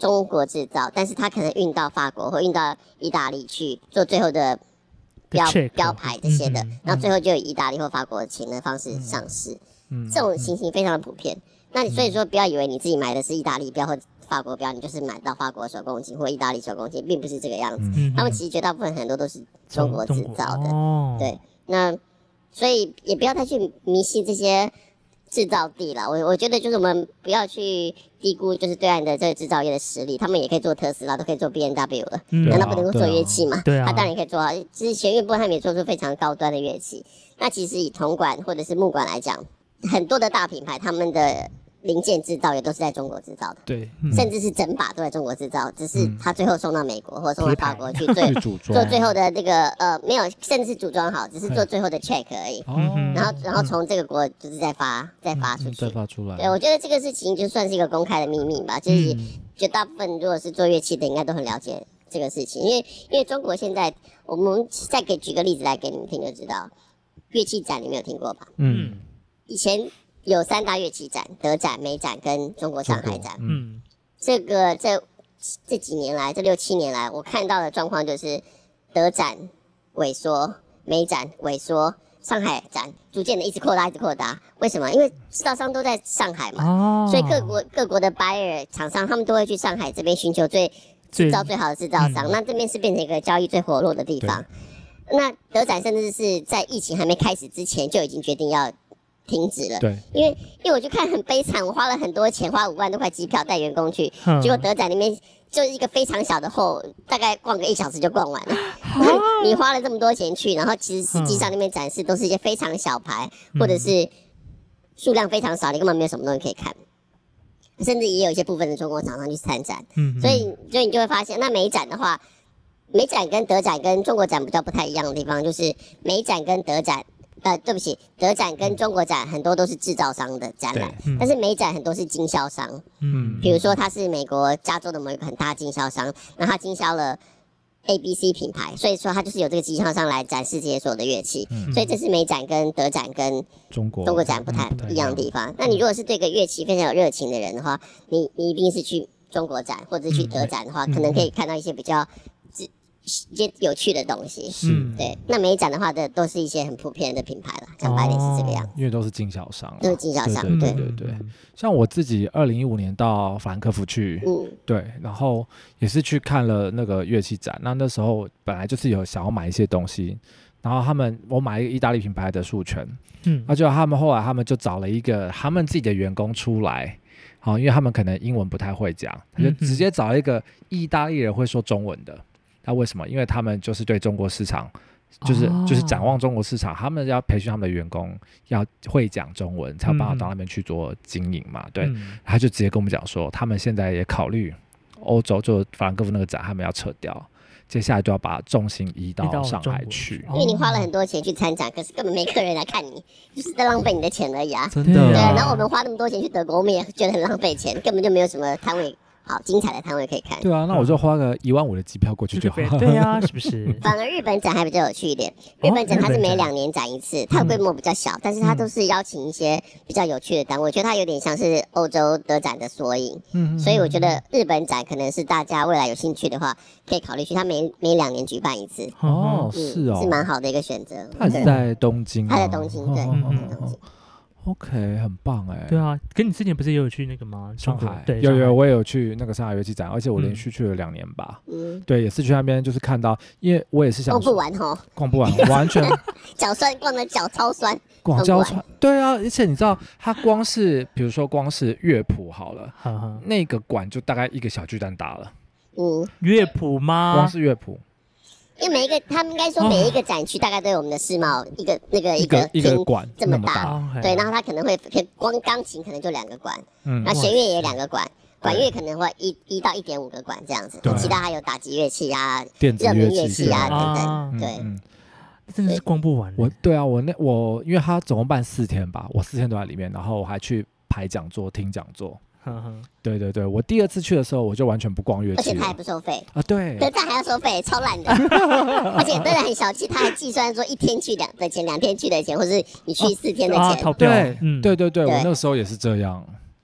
中国制造，但是它可能运到法国或运到意大利去做最后的标标牌这些的，嗯、然后最后就以意大利或法国钱的方式上市。嗯、这种情形非常的普遍。那你所以说不要以为你自己买的是意大利标或法国标，你就是买到法国手工金或意大利手工金，并不是这个样子。嗯、他们其实绝大部分很多都是中国制造的。哦、对，那所以也不要太去迷信这些制造地了。我我觉得就是我们不要去低估就是对岸的这个制造业的实力，他们也可以做特斯拉，都可以做 B M W 了，嗯、难道不能够做乐器吗？ 对啊， 他当然可以做啊。其实弦乐部分他们也做出非常高端的乐器。那其实以铜管或者是木管来讲，很多的大品牌他们的零件制造也都是在中国制造的， 对， 嗯、甚至是整把都在中国制造，只是他最后送到美国或者送到法国去最做最后的那个呃没有，甚至是组装好，只是做最后的 check 而已。嗯、然后然后从这个国就是再发再发出去， 再发出来。 对，我觉得这个事情就算是一个公开的秘密吧，就是绝大部分如果是做乐器的，应该都很了解这个事情，因为因为中国现在我们再给举个例子来给你们听就知道，乐器展你没有听过吧？嗯，以前有三大乐器展：德展、美展跟中国上海展。嗯，这个这这几年来，这六七年来，我看到的状况就是德展萎缩，美展萎缩，上海展逐渐的一直扩大，一直扩大。为什么？因为制造商都在上海嘛，哦、所以各国各国的 buyer 厂商他们都会去上海这边寻求最制造最好的制造商。嗯、那这边是变成一个交易最活络的地方。那德展甚至是在疫情还没开始之前就已经决定要停止了， 对， 因为因为我就看很悲惨，我花了很多钱，花五万多块机票带员工去，嗯、结果德展里面就是一个非常小的后，大概逛个一小时就逛完了。嗯、你花了这么多钱去，然后其实实际上那边展示都是一些非常小牌，嗯、或者是数量非常少，你根本没有什么东西可以看，甚至也有一些部分的中国厂商去参展，嗯、所以所以你就会发现，那美展的话，美展跟德展跟中国展比较不太一样的地方，就是美展跟德展。呃，对不起，德展跟中国展很多都是制造商的展览，嗯、但是美展很多是经销商。嗯，比如说他是美国加州的某一个很大经销商，那他经销了 A B C 品牌，所以说他就是有这个经销商来展示这些所有的乐器。嗯、所以这是美展跟德展跟中国中国展不太一样的地方。那你如果是对个乐器非常有热情的人的话，你你一定是去中国展或者是去德展的话，嗯、可能可以看到一些比较一些有趣的东西，是对。那美展的话的都是一些很普遍的品牌了，讲白点是这个样子， 因为都是经销商， 都是经销商， 对对对对。像我自己二零一五年到法兰克福去，嗯，对，然后也是去看了那个乐器展。那那时候本来就是有想要买一些东西，然后他们我买一个意大利品牌的授权，嗯，而且他们后来他们就找了一个他们自己的员工出来。好，因为他们可能英文不太会讲，他就直接找一个意大利人会说中文的。那为什么？因为他们就是对中国市场，就是、哦、就是展望中国市场，他们要培训他们的员工要会讲中文，才有办法到那边去做经营嘛。嗯、对，他就直接跟我们讲说，他们现在也考虑欧洲就法兰克福那个展，他们要撤掉，接下来就要把重心移到上海去。 因为你花了很多钱去参展，可是根本没客人来看你，就是在浪费你的钱而已啊。 真的、啊。 对，然后我们花那么多钱去德国，我们也觉得很浪费钱，根本就没有什么摊位。好精彩的摊位可以看。 对啊，那我就花个一万五的机票过去就好了。 对啊，是不是？ 反而日本展还比较有趣一点。日本展它是每两年展一次，它的规模比较小，但是它都是邀请一些比较有趣的单位。我觉得它有点像是欧洲德展的缩影。嗯，所以我觉得日本展可能是大家未来有兴趣的话可以考虑去。它每每两年举办一次。 哦，是哦， 是蛮好的一个选择。 它是在东京。 它在东京，对，在东京。 OK， 很棒哎、欸。 对啊，跟你之前不是也有去那个吗？ 上海， 对， 有有，我也有去那个上海乐器展，而且我连续去了两年吧。嗯，对，也是去那边，就是看到，因为我也是想逛不完哦， 逛不完，完全脚酸，逛的脚超酸， 逛脚酸。对啊，而且你知道，它光是比如说光是乐谱好了，呵呵那个馆就大概一个小巨蛋大了。 嗯，乐谱吗？ 光是乐谱。 因为每一个，他们应该说每一个展区大概都有我们的世贸一个那个一个一个馆这么大，对，然后它可能会光钢琴可能就两个馆，嗯，那弦乐也两个馆，管乐可能会一一到一点五个馆这样子，其他还有打击乐器啊、热门乐器啊等等，对， 真的是逛不完。 我对啊，我那我因为他总共办四天吧，我四天都在里面，然后我还去排讲座、听讲座。对对对，我第二次去的时候，我就完全不逛乐器， 而且他还不收费啊！对， 德展还要收费，超烂的。而且德展很小气，他还计算说一天去两的钱，两天去的钱，或是你去四天的钱。 啊、对， 嗯，对对对，我那个时候也是这样。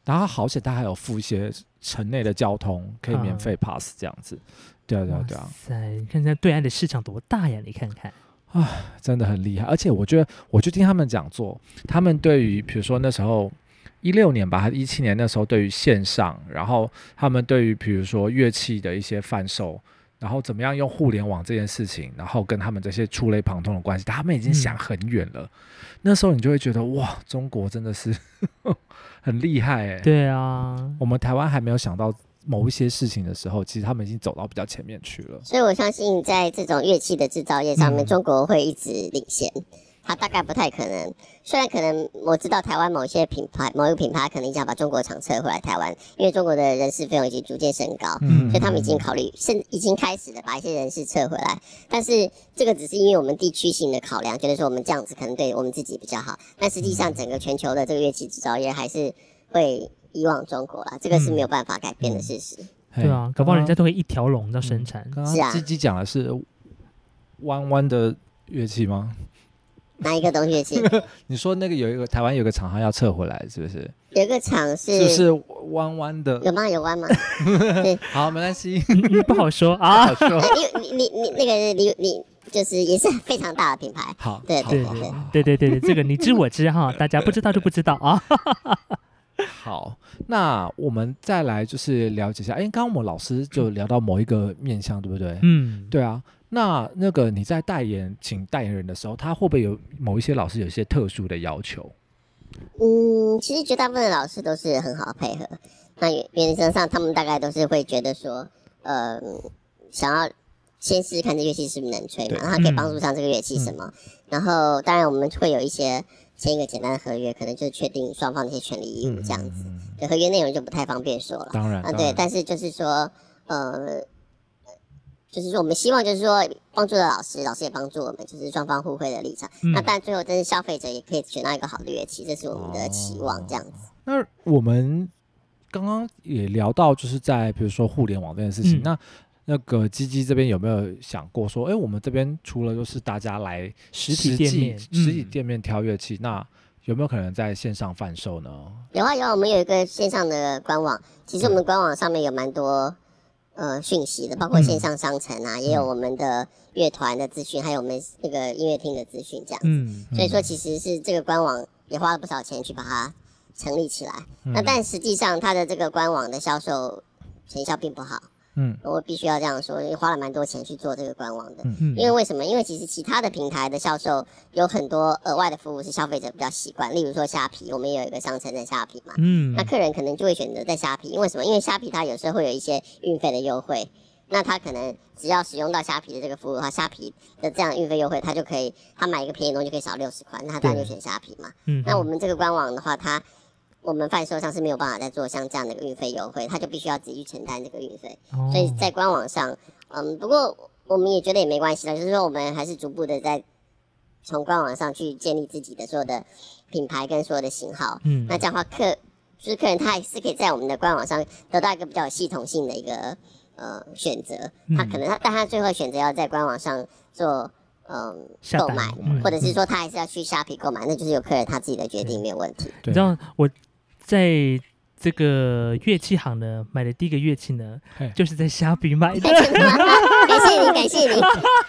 然后好险他还有付一些城内的交通可以免费 pass 这样子，嗯、对啊对啊对啊。哇塞，你看现在对岸的市场多大呀？你看看。 啊，真的很厉害，而且我觉得，我就听他们讲座，他们对于比如说那时候一六年吧，还是一七年那时候，对于线上，然后他们对于比如说乐器的一些贩售，然后怎么样用互联网这件事情，然后跟他们这些触类旁通的关系，他们已经想很远了。嗯、那时候你就会觉得哇，中国真的是很厉害哎。 对啊， 我们台湾还没有想到某一些事情的时候，其实他们已经走到比较前面去了。 所以我相信在这种乐器的制造业上面，嗯、中国会一直领先。它大概不太可能，虽然可能我知道台湾某些品牌、某一个品牌可能想把中国厂撤回来台湾，因为中国的人事费用已经逐渐升高，嗯、所以他们已经考虑，甚已经开始了把一些人事撤回来。但是这个只是因为我们地区性的考量，觉得说我们这样子可能对我们自己比较好，但实际上整个全球的这个乐器制造业还是会移往中国啦，这个是没有办法改变的事实。嗯嗯、对啊，搞不好人家都会一条龙到生产。 刚刚鸡鸡讲的是弯弯的乐器吗？ 哪一个东西是？ 你说那个有一个台湾有个厂商要撤回来，是不是？ 有一个厂是是不是弯弯的？ 有吗？有弯吗？ 好，没关系， 不好说啊。 不好说。 你你你那个你你就是也是非常大的品牌。 好， 对对对对对对对，这个你知我知哈，大家不知道就不知道啊。 好，那我们再来就是了解一下，哎，刚刚我们老师就聊到某一个面向，对不对？嗯，对啊。那那个你在代言请代言人的时候，他会不会有某一些老师有一些特殊的要求？ 嗯，其实绝大部分的老师都是很好配合。那原则上，他们大概都是会觉得说，呃，想要先试试看这乐器是不是能吹嘛，然后可以帮助上这个乐器什么。嗯、然后，当然我们会有一些签一个简单的合约，可能就确定双方的一些权利义务这样子。嗯、对，合约内容就不太方便说了。 当然， 啊，对，但是就是说，呃。就是说，我们希望就是说，帮助了老师，老师也帮助我们，就是双方互惠的立场。嗯、那但最后，真是消费者也可以选到一个好的乐器，这是我们的期望，这样子。哦、 那我们刚刚也聊到，就是在比如说互联网这件事情，嗯、那那个鸡鸡这边有没有想过说，哎，我们这边除了就是大家来实体店面、 实际店面挑乐器，嗯、那有没有可能在线上贩售呢？ 有啊有啊，我们有一个线上的官网，其实我们官网上面有蛮多。呃，讯息的，包括线上商城啊，嗯、也有我们的乐团的资讯，还有我们那个音乐厅的资讯，这样子。嗯嗯、所以说，其实是这个官网也花了不少钱去把它成立起来。嗯、那但实际上，它的这个官网的销售成效并不好。嗯，我必须要这样说，也花了蛮多钱去做这个官网的。嗯，因为为什么？因为其实其他的平台的销售有很多额外的服务是消费者比较习惯，例如说虾皮，我们也有一个商城在虾皮嘛。嗯，那客人可能就会选择在虾皮，因为什么？因为虾皮它有时候会有一些运费的优惠，那他可能只要使用到虾皮的这个服务的话，虾皮的这样运费优惠，他就可以，他买一个便宜的东西就可以少六十块，那他当然就选虾皮嘛。嗯，那我们这个官网的话，它我们贩售商是没有办法再做像这样的一个运费优惠，他就必须要自己去承担这个运费。哦、所以在官网上，嗯，不过我们也觉得也没关系了，就是说我们还是逐步的在从官网上去建立自己的所有的品牌跟所有的型号。嗯，那这样的话客就是客人他还是可以在我们的官网上得到一个比较有系统性的一个呃选择。他可能他但他最后选择要在官网上做。嗯，购买，嗯、或者是说他还是要去虾皮购买，那就是有客人他自己的决定，没有问题。 你知道我在这个乐器行呢买的第一个乐器呢，就是在虾皮买的。 感谢你，感谢你。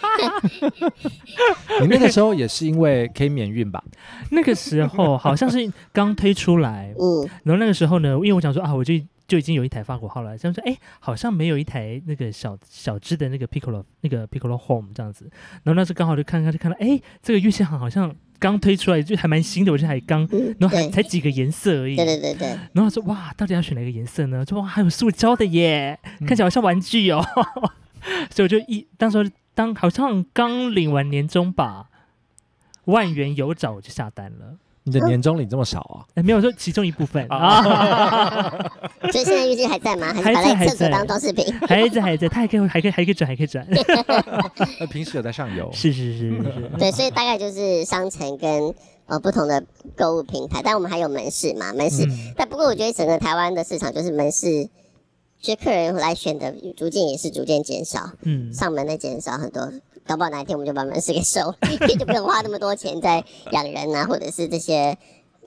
你那个时候也是因为可以免运吧？ 那个时候好像是刚推出来，嗯，然后那个时候呢，因为我想说啊，我就。就已经有一台法国号了，这样说，哎，好像没有一台那个小小只的那个 Piccolo 那个 Piccolo Home 这样子，然后那时候刚好就看看就看到，哎，这个乐器行好像刚推出来，就还蛮新的，我觉得还刚，然后还才几个颜色而已， 对对对对， 然后说哇，到底要选哪个颜色呢？说哇，还有塑胶的耶，看起来好像玩具哦，所以我就一当时当好像刚领完年终吧，万元有找我就下单了。 你的年终领这么少啊？ 哎，没有说其中一部分啊。 所以现在乐器还在吗？还是摆在厕所当装饰品？ 还在，还在，它还可以，还可以，还可以转，还可以转。 平时有在上游。 是是是是。 对，所以大概就是商城跟呃不同的购物平台，但我们还有门市嘛，门市。嗯、但不过我觉得整个台湾的市场就是门市，其实客人来选的逐渐也是逐渐减少，嗯，上门的减少很多。搞不好哪一天我们就把门市给收了，就不用花那么多钱在养人啊，或者是这些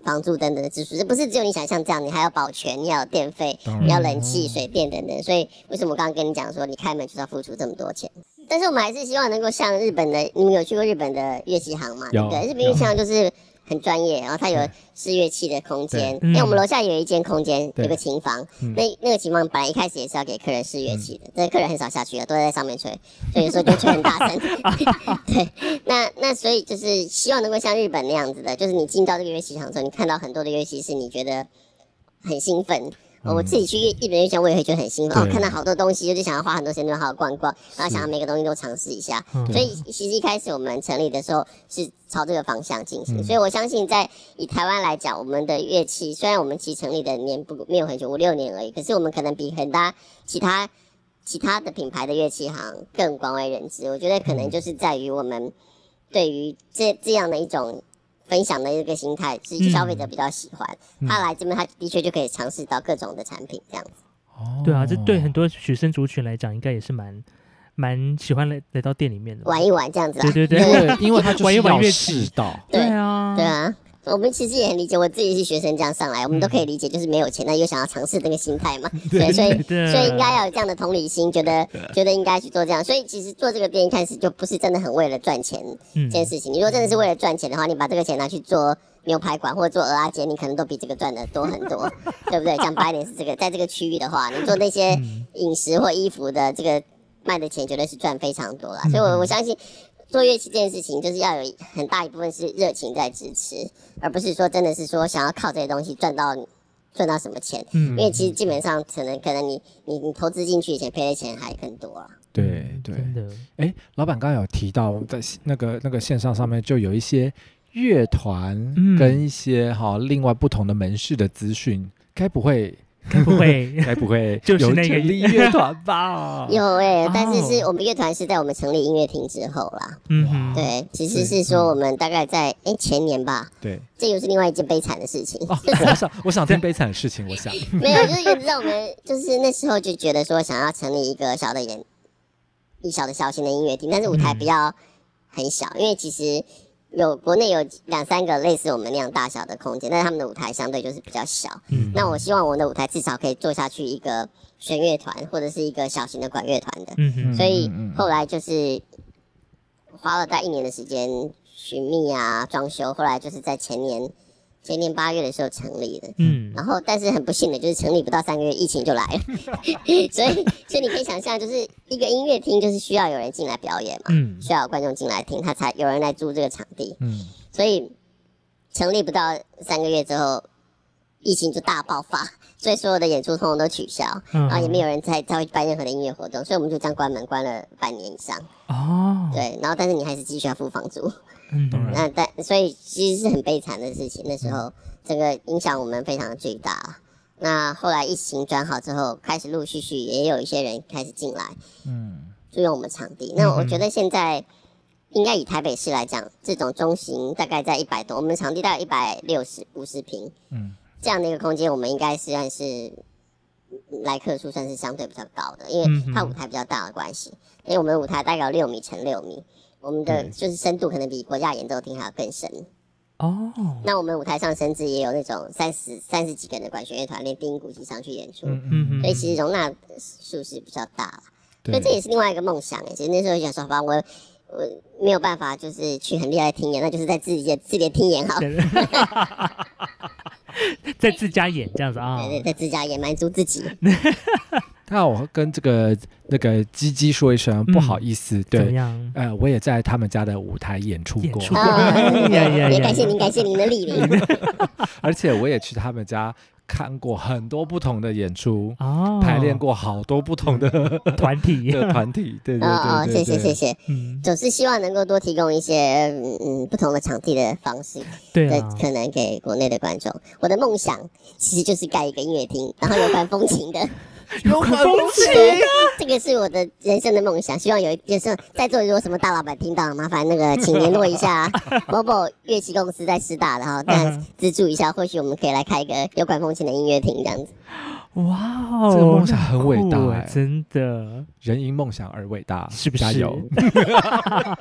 房租等等的支出，这不是只有你想象这样，你还要保全，你要有电费，你要冷气、水电等等。所以为什么我刚刚跟你讲说，你开门就是要付出这么多钱？但是我们还是希望能够像日本的，你们有去过日本的乐器行吗？对不对？日本乐器行就是很专业，然后它有试乐器的空间。因为我们楼下有一间空间，有个琴房，那那个琴房本来一开始也是要给客人试乐器的，但是客人很少下去了，都在上面吹，所以有时候就吹很大声。对，那那所以就是希望能够像日本那样子的，就是你进到这个乐器行之后，你看到很多的乐器是你觉得很兴奋。我自己去日本乐器，我也会觉得很兴奋哦，看到好多东西，就是想要花很多时间好好逛逛，然后想要每个东西都尝试一下。所以其实一开始我们成立的时候是朝这个方向进行，嗯、所以我相信在以台湾来讲，我们的乐器虽然我们其实成立的年不没有很久，五六年而已，可是我们可能比很大其他其他的品牌的乐器行更广为人知。我觉得可能就是在于我们对于这这样的一种分享的一个心态，是消费者比较喜欢。嗯、他来这边，他的确就可以尝试到各种的产品，这样子。 哦，对啊，这对很多学生族群来讲，应该也是蛮蛮喜欢来来到店里面的， 玩一玩这样子啊。 对对对， 因为因为他就是要试到， 对啊， 对啊。我们其实也很理解，我自己是学生这样上来，我们都可以理解，就是没有钱，但又想要尝试那个心态嘛。对，所以所以应该要有这样的同理心，觉得觉得应该去做这样。所以其实做这个店一开始就不是真的很为了赚钱这件事情。你如果真的是为了赚钱的话，你把这个钱拿去做牛排馆或者做蚵仔煎，你可能都比这个赚的多很多，对不对？讲白一点是这个，在这个区域的话，你做那些饮食或衣服的这个卖的钱，绝对是赚非常多啦。所以我我相信。做乐器这件事情，就是要有很大一部分是热情在支持，而不是说真的是说想要靠这些东西赚到赚到什么钱。嗯，因为其实基本上可能可能你你你投资进去的钱，赔的钱还更多啊。 对对， 真的。 哎，老板刚刚有提到在那个那个线上上面就有一些乐团跟一些哈、嗯、另外不同的门市的资讯，该不会？ 该不会， 该不会就是那个立乐团吧？ 有哎、欸，但是是我们乐团是在我们成立音乐厅之后啦。嗯哼，对，其实是说我们大概在哎、欸、前年吧。 对， 这又是另外一件悲惨的事情。 哦、我想我想听悲惨的事情，我想没有，就是也知道我们就是那时候就觉得说想要成立一个小的演一小的小型的音乐厅，但是舞台比较很小，嗯、因为其实。有国内有两三个类似我们那样大小的空间，但是他们的舞台相对就是比较小。嗯，那我希望我的舞台至少可以做下去一个弦乐团或者是一个小型的管乐团的。嗯哼，所以后来就是花了大概一年的时间寻觅啊、装修，后来就是在前年前年八月的时候成立的。嗯，然后但是很不幸的就是成立不到三个月，疫情就来了。所以所以你可以想象，就是一个音乐厅就是需要有人进来表演嘛，嗯，需要有观众进来听，他才有人来租这个场地。嗯，所以成立不到三个月之后，疫情就大爆发，所以所有的演出通通都取消，嗯、然后也没有人再再会办任何的音乐活动，所以我们就这样关门关了半年以上。哦，对，然后但是你还是继续要付房租。嗯，那但所以其实是很悲惨的事情，那时候整个影响我们非常巨大。那后来疫情转好之后，开始陆陆续续也有一些人开始进来，嗯，租用我们场地。那我觉得现在应该以台北市来讲，这种中型大概在一百多，我们场地大概一百六十五十平，嗯，这样的一个空间，我们应该算是来客数算是相对比较高的，因为它舞台比较大的关系，因为我们的舞台大概有六米乘六米。我们的就是深度可能比国家演奏厅还要更深哦。那我们舞台上甚至也有那种三十三十几个人的管弦乐团，连低音鼓机上去演出，嗯嗯所以其实容纳数是比较大了。所以这也是另外一个梦想哎。其实那时候想说，好吧，我我没有办法，就是去很厉害的厅演，那就是在自己的自己的厅演好。 在自家演这样子啊？ 对对，在自家演满足自己。 那我跟这个那个鸡鸡说一声、嗯、不好意思，对， 怎么样？ 呃，我也在他们家的舞台演出过， 哦、也感谢您，感谢您的莅临。 而且我也去他们家看过很多不同的演出，哦、排练过好多不同的团体的团体，对对 对, 对, 对, 对, 哦哦，谢谢谢谢，嗯，总是希望能够多提供一些嗯不同的场地的方式， 对、啊， 可能给国内的观众。我的梦想其实就是盖一个音乐厅，然后有管风琴的。 有管风琴、啊， 这个是我的人生的梦想。希望有一就是在座如果什么大老板听到，麻烦那个请联络一下某某乐器公司在师大的哈，但资助一下，或许我们可以来开一个有管风琴的音乐厅这样子。 哇哦， 这个梦想很伟大、欸， 真的， 人因梦想而伟大， 是不是？ 加油！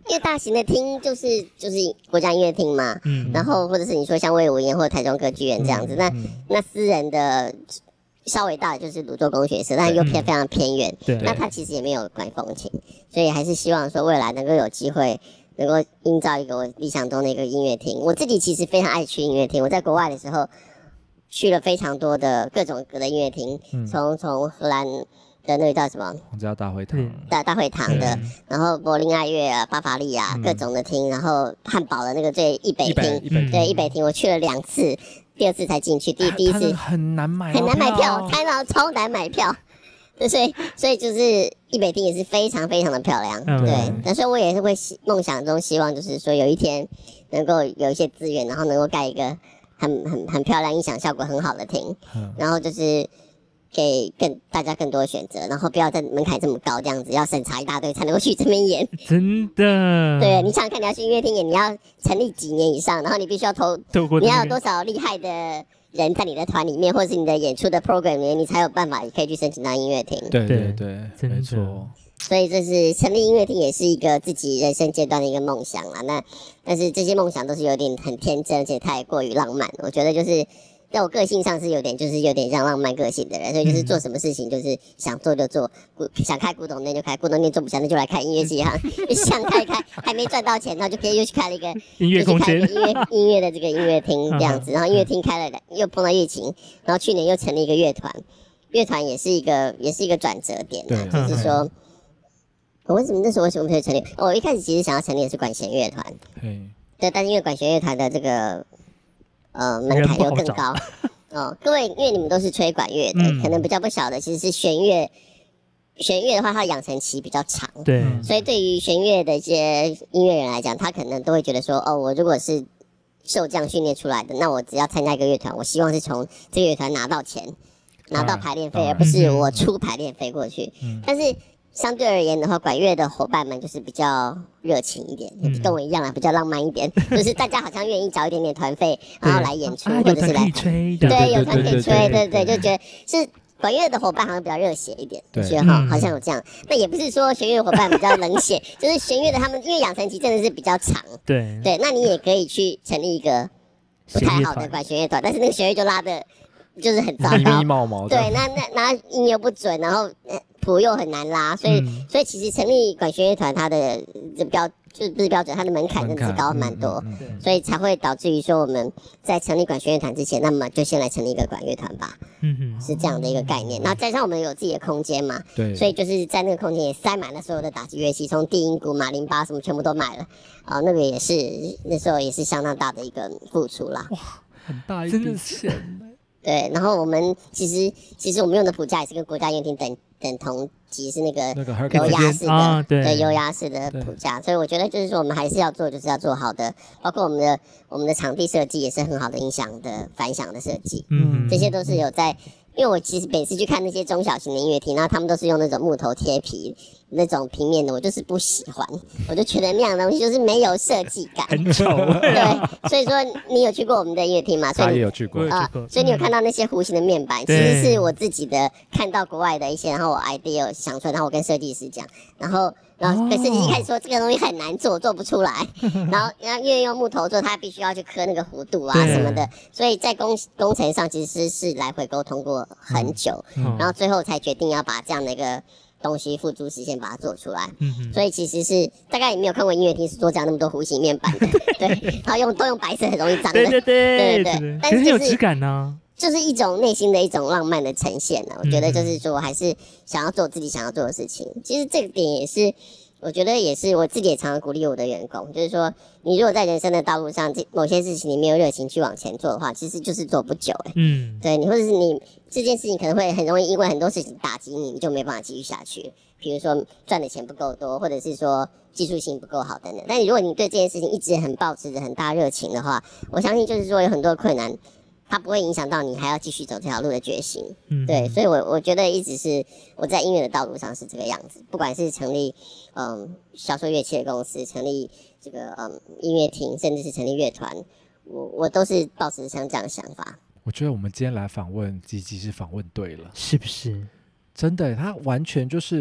因为大型的厅就是就是国家音乐厅嘛，嗯，然后或者是你说像魏武营或者台中歌剧院这样子，嗯、那、嗯、那私人的稍微大的就是泸州工学社，但又偏非常偏远，对，那它其实也没有管风琴，所以还是希望说未来能够有机会。能够营造一个我理想中的一个音乐厅。我自己其实非常爱去音乐厅，我在国外的时候去了非常多的各种各的音乐厅，从、嗯、从荷兰的那个叫什么皇家大会堂， 大大会堂的，然后柏林爱乐啊、巴伐利亚、嗯、各种的厅，然后汉堡的那个最一北厅，对一北厅我去了两次，第二次才进去，第第一次很难买， 很难买票，台南超难买票。对，所以所以就是一北厅也是非常非常的漂亮，嗯、对。但是我也是会梦想中希望，就是说有一天能够有一些资源，然后能够盖一个很很很漂亮、音响效果很好的厅，嗯、然后就是给更大家更多的选择，然后不要在门槛这么高，这样子要审查一大堆才能够去这边演。 真的？ 对，你想想看，你要去音乐厅演，你要成立几年以上，然后你必须要投，你要有多少厉害的人在你的团里面，或者是你的演出的 program 里面，你才有办法可以去申请到音乐厅。 对对对，没错。 所以这是成立音乐厅也是一个自己人生阶段的一个梦想啦。那但是这些梦想都是有点很天真，而且太过于浪漫。我觉得就是在我个性上是有点就是有点像浪漫个性的人，所以就是做什么事情就是想做就做，想开古董店就开，古董店做不下那就来开音乐系哈，想开开还没赚到钱，然后就可以又去开了一个音乐空间， 音乐音乐的这个音乐厅这样子，然后音乐厅开了又碰到疫情，然后去年又成立一个乐团，乐团也是一个也是一个转折点啊，就是说。我为什么那时候为什么会成立？我一开始其实想要成立的是管弦乐团，对，但是因为管弦乐团的这个呃门槛又更高哦。各位，因为你们都是吹管乐的，嗯、可能比较不晓得，其实是弦乐，弦乐的话，它的养成期比较长， 对， 所以对于弦乐的一些音乐人来讲，他可能都会觉得说，哦，我如果是受这样训练出来的，那我只要参加一个乐团，我希望是从这个乐团拿到钱，拿到排练费，而不是我出排练费过去，嗯、但是。相对而言的话，管乐的伙伴们就是比较热情一点，嗯、跟我一样啊，比较浪漫一点，就是大家好像愿意找一点点团费，然后来演出，或者是来吹， 对，有团可以吹，对对，就觉得是管乐的伙伴好像比较热血一点，觉得哈，好像有这样。那也不是说弦乐伙伴比较冷血，就是弦乐的他们因为养成期真的是比较长， 对对， 那你也可以去成立一个不太好的管弦乐团，但是那个弦乐就拉的就是很糟糕， 密密毛毛的， 对，那那那音又不准，然后。谱又很难拉，所以、嗯、所以其实成立管弦乐团，它的标就是不是标准，它的门槛真的是高蛮多，嗯嗯、所以才会导致于说我们在成立管弦乐团之前，那么就先来成立一个管乐团吧，嗯、是这样的一个概念。然后加上我们有自己的空间嘛，对，所以就是在那个空间也塞满了所有的打击乐器，从低音鼓、马林巴什么全部都买了，啊，那个也是那时候也是相当大的一个付出啦， 哇，很大一笔钱。 对，然后我们其实其实我们用的谱架也是跟国家音乐厅等等同级，是那个油压式的， 啊、对, 对油压式的谱架，所以我觉得就是说我们还是要做，就是要做好的，包括我们的我们的场地设计也是很好的音响的反响的设计，嗯，这些都是有在。因为我其实每次去看那些中小型的音乐厅，然后他们都是用那种木头贴皮那种平面的，我就是不喜欢，我就觉得那样的东西就是没有设计感， 很丑。 对，所以说你有去过我们的音乐厅吗？所以他也有去过啊、呃，所以你有看到那些弧形的面板，其实是我自己的看到国外的一些，然后我 idea 想出来，然后我跟设计师讲，然后。然后跟设计师一开始说这个东西很难做，做不出来。然后然后因为用木头做，它必须要去刻那个弧度啊什么的，所以在工工程上其实是来回沟通过很久，嗯、然后最后才决定要把这样的一个东西付诸实现，把它做出来。嗯、所以其实是大概也没有看过音乐厅是做这样那么多弧形面板的，对，然后用都用白色很容易脏的， 对对对对对，但是、就是、 很有质感呢、啊。 就是一种内心的一种浪漫的呈现呢、啊。我觉得就是说，我还是想要做自己想要做的事情。其实这个点也是。我觉得也是，我自己也常常鼓励我的员工，就是说，你如果在人生的道路上，某些事情你没有热情去往前做的话，其实就是做不久、欸。嗯，对你，或者是你这件事情可能会很容易因为很多事情打击你，你就没办法继续下去。比如说赚的钱不够多，或者是说技术性不够好等等。但如果你对这件事情一直很抱持着很大热情的话，我相信就是说有很多困难。它不会影响到你还要继续走这条路的决心，嗯，对，所以我我觉得一直是我在音乐的道路上是这个样子，不管是成立嗯销售乐器的公司，成立这个嗯音乐厅，甚至是成立乐团，我我都是抱持像这样的想法。 我觉得我们今天来访问吉吉是访问对了， 是不是？ 真的，他完全就是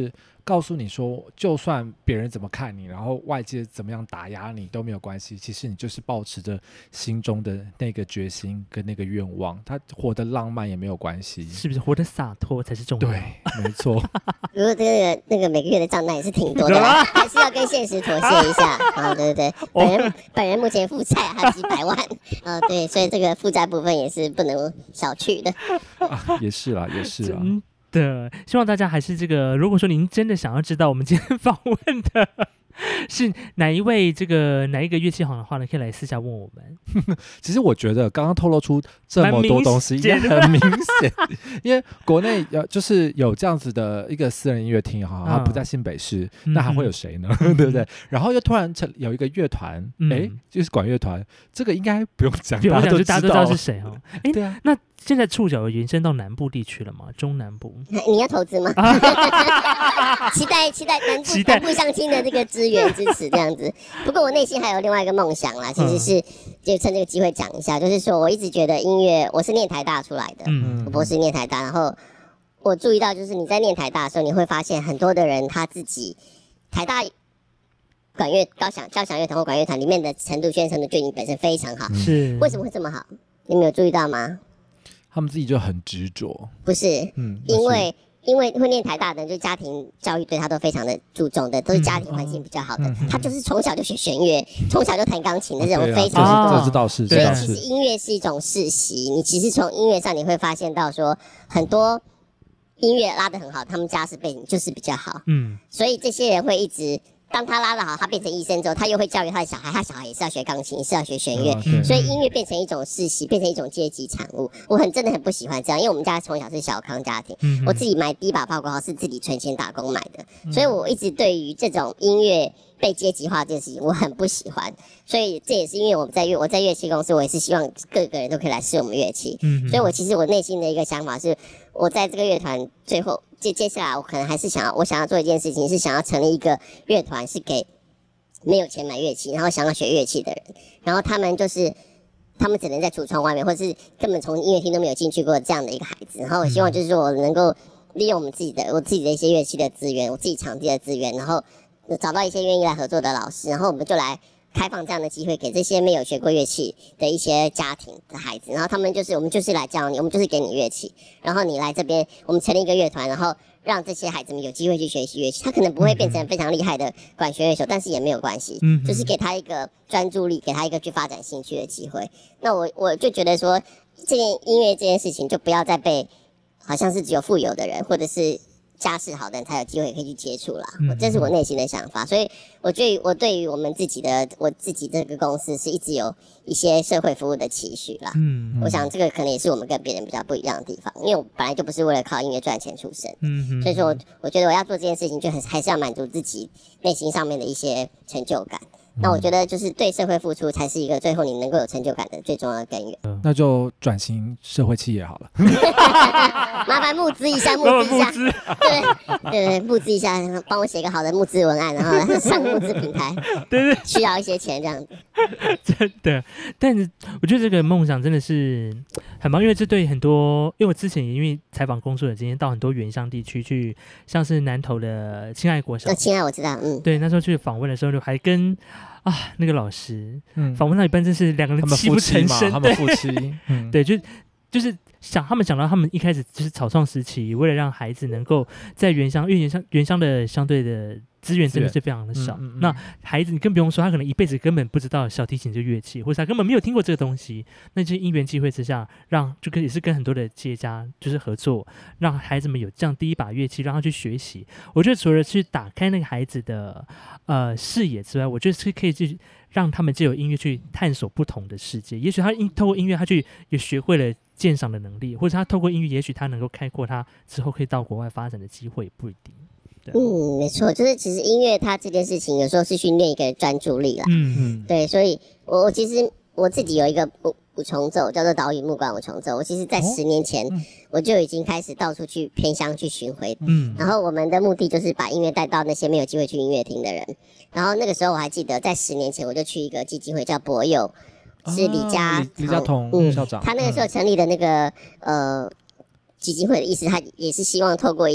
告诉你说，就算别人怎么看你，然后外界怎么样打压你都没有关系，其实你就是抱持着心中的那个决心跟那个愿望，他活得浪漫也没有关系， 是不是？活得洒脱才是重要。 对，没错。 如果这个那个每个月的账单也是挺多的啦，还是要跟现实妥协一下啊、哦！对对对，本人本人目前负债还有几百万啊、哦，对，所以这个负债部分也是不能小觑的。 啊、也是啦，也是啦。 的，希望大家还是这个。如果说您真的想要知道我们今天访问的是哪一位这个哪一个乐器行的话呢，可以来私下问我们。 其实我觉得刚刚透露出这么多东西，也很明显，因为国内有就是有这样子的一个私人音乐厅哈，它不在新北市，嗯、那还会有谁呢？嗯、对不对？然后又突然成有一个乐团，哎、嗯，就是管乐团，这个应该不用讲， 大家都大家都知道是谁哦。哎， 对啊， 那。现在触角有延伸到南部地区了吗？中南部？ 你要投资吗？期待期待南部南部相亲的这个资源支持这样子。不过我内心还有另外一个梦想啦，其实是、嗯、就趁这个机会讲一下，就是说我一直觉得音乐，我是念台大出来的，嗯，我博士念台大，然后我注意到就是你在念台大的时候，你会发现很多的人他自己台大管乐高响交响乐团或管乐团里面的程度、宣传程度就已经本身非常好， 是为什么会这么好？你们有注意到吗？ 他们自己就很执着， 不是，嗯，因为因为会念台大的人，就家庭教育对他都非常的注重的，都是家庭环境比较好的，嗯嗯、他就是从小就学弦乐，从小就弹钢琴的这种非常多，这知道是， 所以其实音乐是一种世袭，你其实从音乐上你会发现到说，很多音乐拉得很好，他们家世背景就是比较好，嗯，所以这些人会一直。当他拉得好，他变成医生之后，他又会教育他的小孩，他小孩也是要学钢琴，也是要学弦乐，嗯、所以音乐变成一种世袭，变成一种阶级产物。我很真的很不喜欢这样，因为我们家从小是小康家庭，嗯、我自己买第一把泡泡是自己存钱打工买的，嗯、所以我一直对于这种音乐被阶级化这件事情我很不喜欢。所以这也是因为我们在乐我在乐器公司，我也是希望各个人都可以来试我们乐器。嗯、所以我其实我内心的一个想法是，我在这个乐团最后。接接下来，我可能还是想要，我想要做一件事情，是想要成立一个乐团，是给没有钱买乐器，然后想要学乐器的人，然后他们就是他们只能在橱窗外面，或是根本从音乐厅都没有进去过这样的一个孩子。然后我希望就是说我能够利用我们自己的我自己的一些乐器的资源，我自己场地的资源，然后找到一些愿意来合作的老师，然后我们就来。开放这样的机会给这些没有学过乐器的一些家庭的孩子，然后他们就是我们就是来教你，我们就是给你乐器，然后你来这边，我们成立一个乐团，然后让这些孩子们有机会去学习乐器。他可能不会变成非常厉害的管弦乐手，但是也没有关系，嗯，就是给他一个专注力，给他一个去发展兴趣的机会。那我我就觉得说，这件音乐这件事情就不要再被好像是只有富有的人或者是。家世好的人才有机会可以去接触啦，嗯、这是我内心的想法，所以我对我对于我们自己的我自己这个公司是一直有一些社会服务的期许啦。嗯，我想这个可能也是我们跟别人比较不一样的地方，因为我本来就不是为了靠音乐赚钱出身，嗯，所以说我我觉得我要做这件事情，就很还是要满足自己内心上面的一些成就感。那我觉得就是对社会付出才是一个最后你能够有成就感的最重要的根源。 那就转型社会企业好了。 麻烦募资一下，募资一下，对对对，募资一下，帮我写个好的募资文案，然后上募资平台，对对，需要一些钱这样子。 真的，但是我觉得这个梦想真的是很棒，因为这对很多，因为我之前也因为采访工作的经验，到很多原乡地区去，像是南投的亲爱国小， 亲爱我知道，嗯， 对，那时候去访问的时候，就还跟。啊，那个老师，嗯，访问到一半真是两个人泣不成声， 他们夫妻， 嗯、对，就就是想他们想到他们一开始就是草创时期，为了让孩子能够在原乡，因为原乡原乡的相对的资源真的是非常的少，嗯嗯嗯、那孩子你更不用说，他可能一辈子根本不知道小提琴这乐器，或者他根本没有听过这个东西，那就是因缘际会之下，让就跟也是跟很多的企业家就是合作，让孩子们有这样第一把乐器，让他去学习。我觉得除了去打开那个孩子的呃视野之外，我觉得是可以去让他们借由音乐去探索不同的世界。也许他透过音乐，他去也学会了鉴赏的能力，或者他透过音乐，也许他能够开阔他之后可以到国外发展的机会，也不一定。 嗯，没错，就是其实音乐它这件事情有时候是训练一个专注力啦。嗯嗯，对，所以我我其实我自己有一个五五重奏叫做岛屿木管五重奏，我其实在十年前、哦嗯、我就已经开始到处去偏乡去巡回，嗯，然后我们的目的就是把音乐带到那些没有机会去音乐厅的人。然后那个时候我还记得，在十年前我就去一个基金会叫博友，是李家、 哦、李家彤、嗯、校长， 他那个时候成立的那个、嗯、呃。基金会的意思，他也是希望透过一些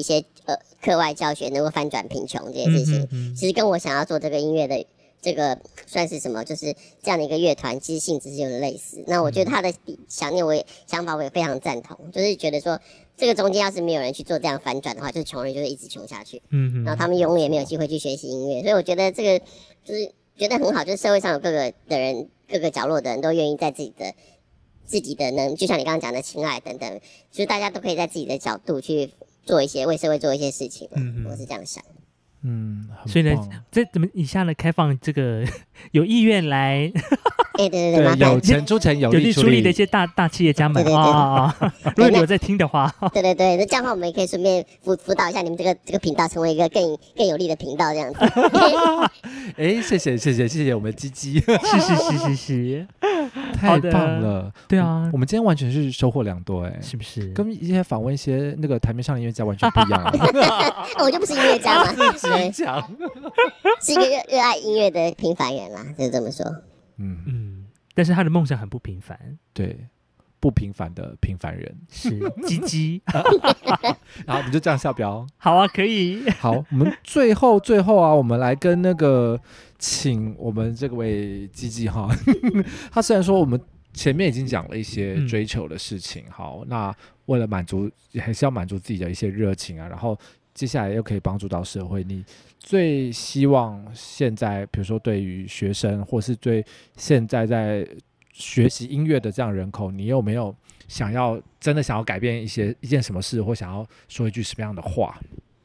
呃课外教学能够翻转贫穷这件事情，嗯嗯嗯其实跟我想要做这个音乐的这个算是什么，就是这样的一个乐团，其实性质是有点类似。那我觉得他的想念我也想法我也非常赞同，就是觉得说这个中间要是没有人去做这样反转的话，就是穷人就会一直穷下去，嗯嗯，然后他们永远没有机会去学习音乐，所以我觉得这个就是觉得很好，就是社会上有各个的人，各个角落的人都愿意在自己的自己的能，就像你刚刚讲的亲爱等等，就是大家都可以在自己的角度去做一些为社会做一些事情，嗯，我是这样想。 嗯， 所以呢，这怎么以下呢？开放这个有意愿来， 哎、欸，对对对， 有钱出钱，有力出力的一些大大企业家们，对对对，哦、如果你有在听的话， 对对对，那这样的话我们也可以顺便辅辅导一下你们这个这个频道，成为一个更更有力的频道，这样子。 哎，谢谢谢谢谢谢我们鸡鸡， 是是是是是， 太棒了， 对啊， 我们今天完全是收获良多，哎， 是不是？ 跟一些访问一些那个台面上的音乐家完全不一样啊。 我就不是音乐家嘛， 讲是一个热热爱音乐的平凡人啦，就是这么说。 嗯嗯，但是他的梦想很不平凡， 对，不平凡的平凡人是鸡鸡。 然后我们就这样下标， 好啊，可以。 好，我们最后最后啊，我们来跟那个请我们这位鸡鸡哈，他虽然说我们前面已经讲了一些追求的事情，嗯、好，那为了满足还是要满足自己的一些热情啊，然后。接下来又可以帮助到社会，你最希望现在比如说对于学生或是对现在在学习音乐的这样人口，你有没有想要真的想要改变一些一件什么事，或想要说一句什么样的话？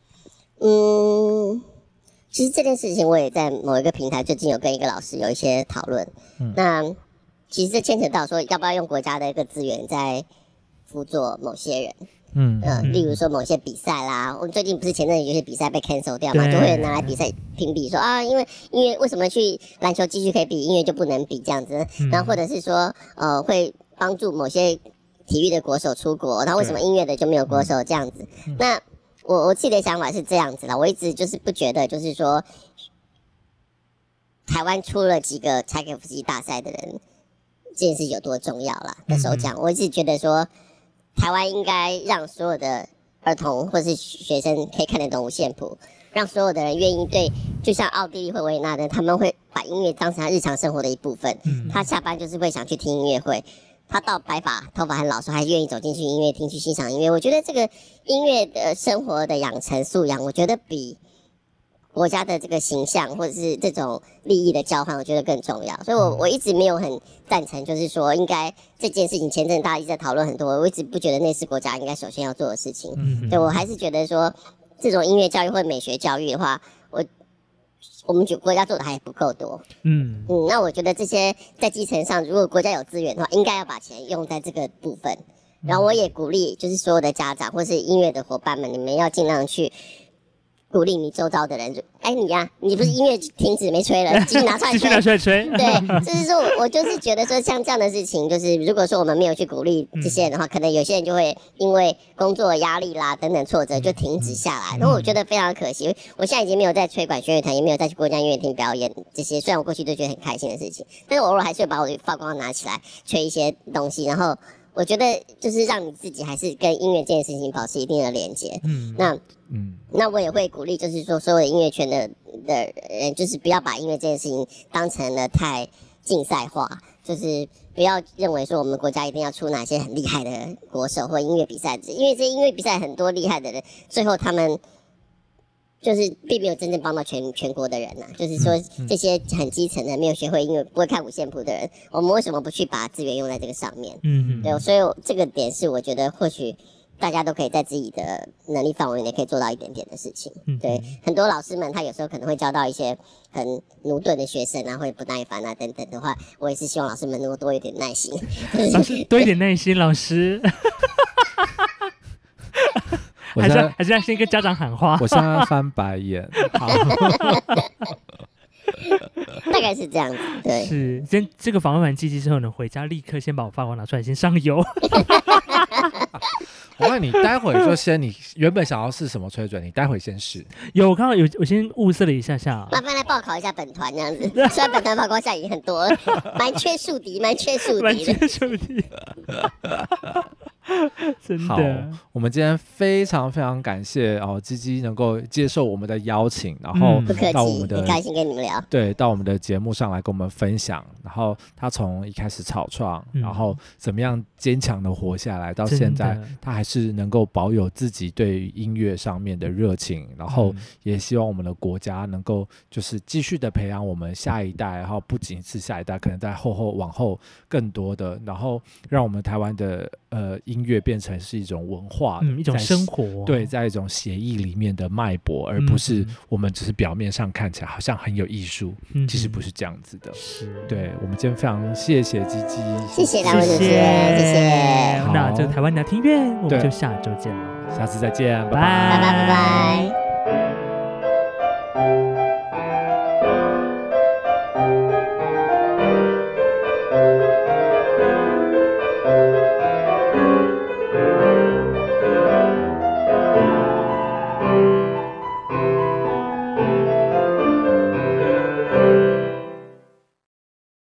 嗯，其实这件事情我也在某一个平台最近有跟一个老师有一些讨论，嗯、那其实这牵扯到说要不要用国家的一个资源在辅佐某些人。嗯呃，例如说某些比赛啦，我们最近不是前阵子有些比赛被 cancel 掉嘛，就会拿来比赛评比说啊，因为因为为什么去篮球继续可以比，音乐就不能比这样子，嗯、然后或者是说呃会帮助某些体育的国手出国，然后为什么音乐的就没有国手这样子？嗯、那我我自己的想法是这样子啦，我一直就是不觉得就是说台湾出了几个柴可夫斯基大赛的人，这件事有多重要啦的时候讲，嗯、我一直觉得说。台湾应该让所有的儿童或是学生可以看得懂五线谱，让所有的人愿意对，就像奥地利会维也纳的，他们会把音乐当成他日常生活的一部分。嗯、他下班就是会想去听音乐会，他到白发头发很老时候还愿意走进去音乐厅去欣赏音乐。我觉得这个音乐的生活的养成素养，我觉得比国家的这个形象或者是这种利益的交换，我觉得更重要。所以我我一直没有很赞成，就是说应该这件事情前阵大家一直在讨论很多，我一直不觉得那是国家应该首先要做的事情。嗯，对，我还是觉得说这种音乐教育或美学教育的话，我我们国家做的还不够多。嗯嗯，那我觉得这些在基层上，如果国家有资源的话，应该要把钱用在这个部分。然后我也鼓励，就是所有的家长或是音乐的伙伴们，你们要尽量去。鼓励你周遭的人，哎，你呀、啊，你不是音乐停止没吹了，继续拿出来吹， 继续拿出来吹。 对，就是说我我就是觉得说，像这样的事情，就是如果说我们没有去鼓励这些人的话，嗯、可能有些人就会因为工作压力啦等等挫折就停止下来。那、嗯、我觉得非常可惜。我现在已经没有在吹管弦乐团，也没有再去国家音乐厅表演这些，虽然我过去都觉得很开心的事情，但是我偶尔还是会把我的发光拿起来吹一些东西，然后。我觉得就是让你自己还是跟音乐这件事情保持一定的连结。嗯，那嗯，那我也会鼓励，就是说所有的音乐圈的的人，就是不要把音乐这件事情当成了太竞赛化，就是不要认为说我们国家一定要出哪些很厉害的国手或音乐比赛，因为这些音乐比赛很多厉害的人，最后他们。就是并没有真正帮到全全国的人呐、啊，就是说这些很基层的没有学会音乐、不会看五线谱的人，我们为什么不去把资源用在这个上面？嗯，对，所以这个点是我觉得或许大家都可以在自己的能力范围内可以做到一点点的事情。嗯，对，很多老师们他有时候可能会教到一些很驽钝的学生啊，会不耐烦啊等等的话，我也是希望老师们能够多一点耐心。 老师多一点耐心，老师。还是还是要先跟家长喊话。 我现在翻白眼。好， 大概是这样子。对， 是先这个访问完鸡鸡之后呢，回家立刻先把我发光拿出来，先上油。 我问你，待会就先你原本想要试什么吹嘴，你待会先试。 有，我刚刚有我先物色了一下下。 麻烦来报考一下本团这样子，虽然本团发光下已经很多了，蛮缺宿敌，蛮缺宿敌的， 蛮缺宿敌。 真的。 好，我们今天非常非常感谢哦，鸡鸡能够接受我们的邀请，然后到我们的、 嗯、很开心跟你们聊， 对，到我们的节目上来跟我们分享。然后他从一开始草创、嗯，然后怎么样坚强的活下来，到现在他还是能够保有自己对于音乐上面的热情，然后也希望我们的国家能够就是继续的培养我们下一代，然后不仅是下一代，可能在后后往后更多的，然后让我们台湾的呃音乐变成是一种文化、 嗯、一种生活， 对，在一种协议里面的脉搏，而不是我们只是表面上看起来好像很有艺术、嗯，其实不是这样子的。 是， 对，我们今天非常谢谢鸡鸡， 谢谢两位主持人，谢谢。 那这个台湾聊听乐，我们就下周见了， 下次再见，拜拜， 拜拜，拜拜。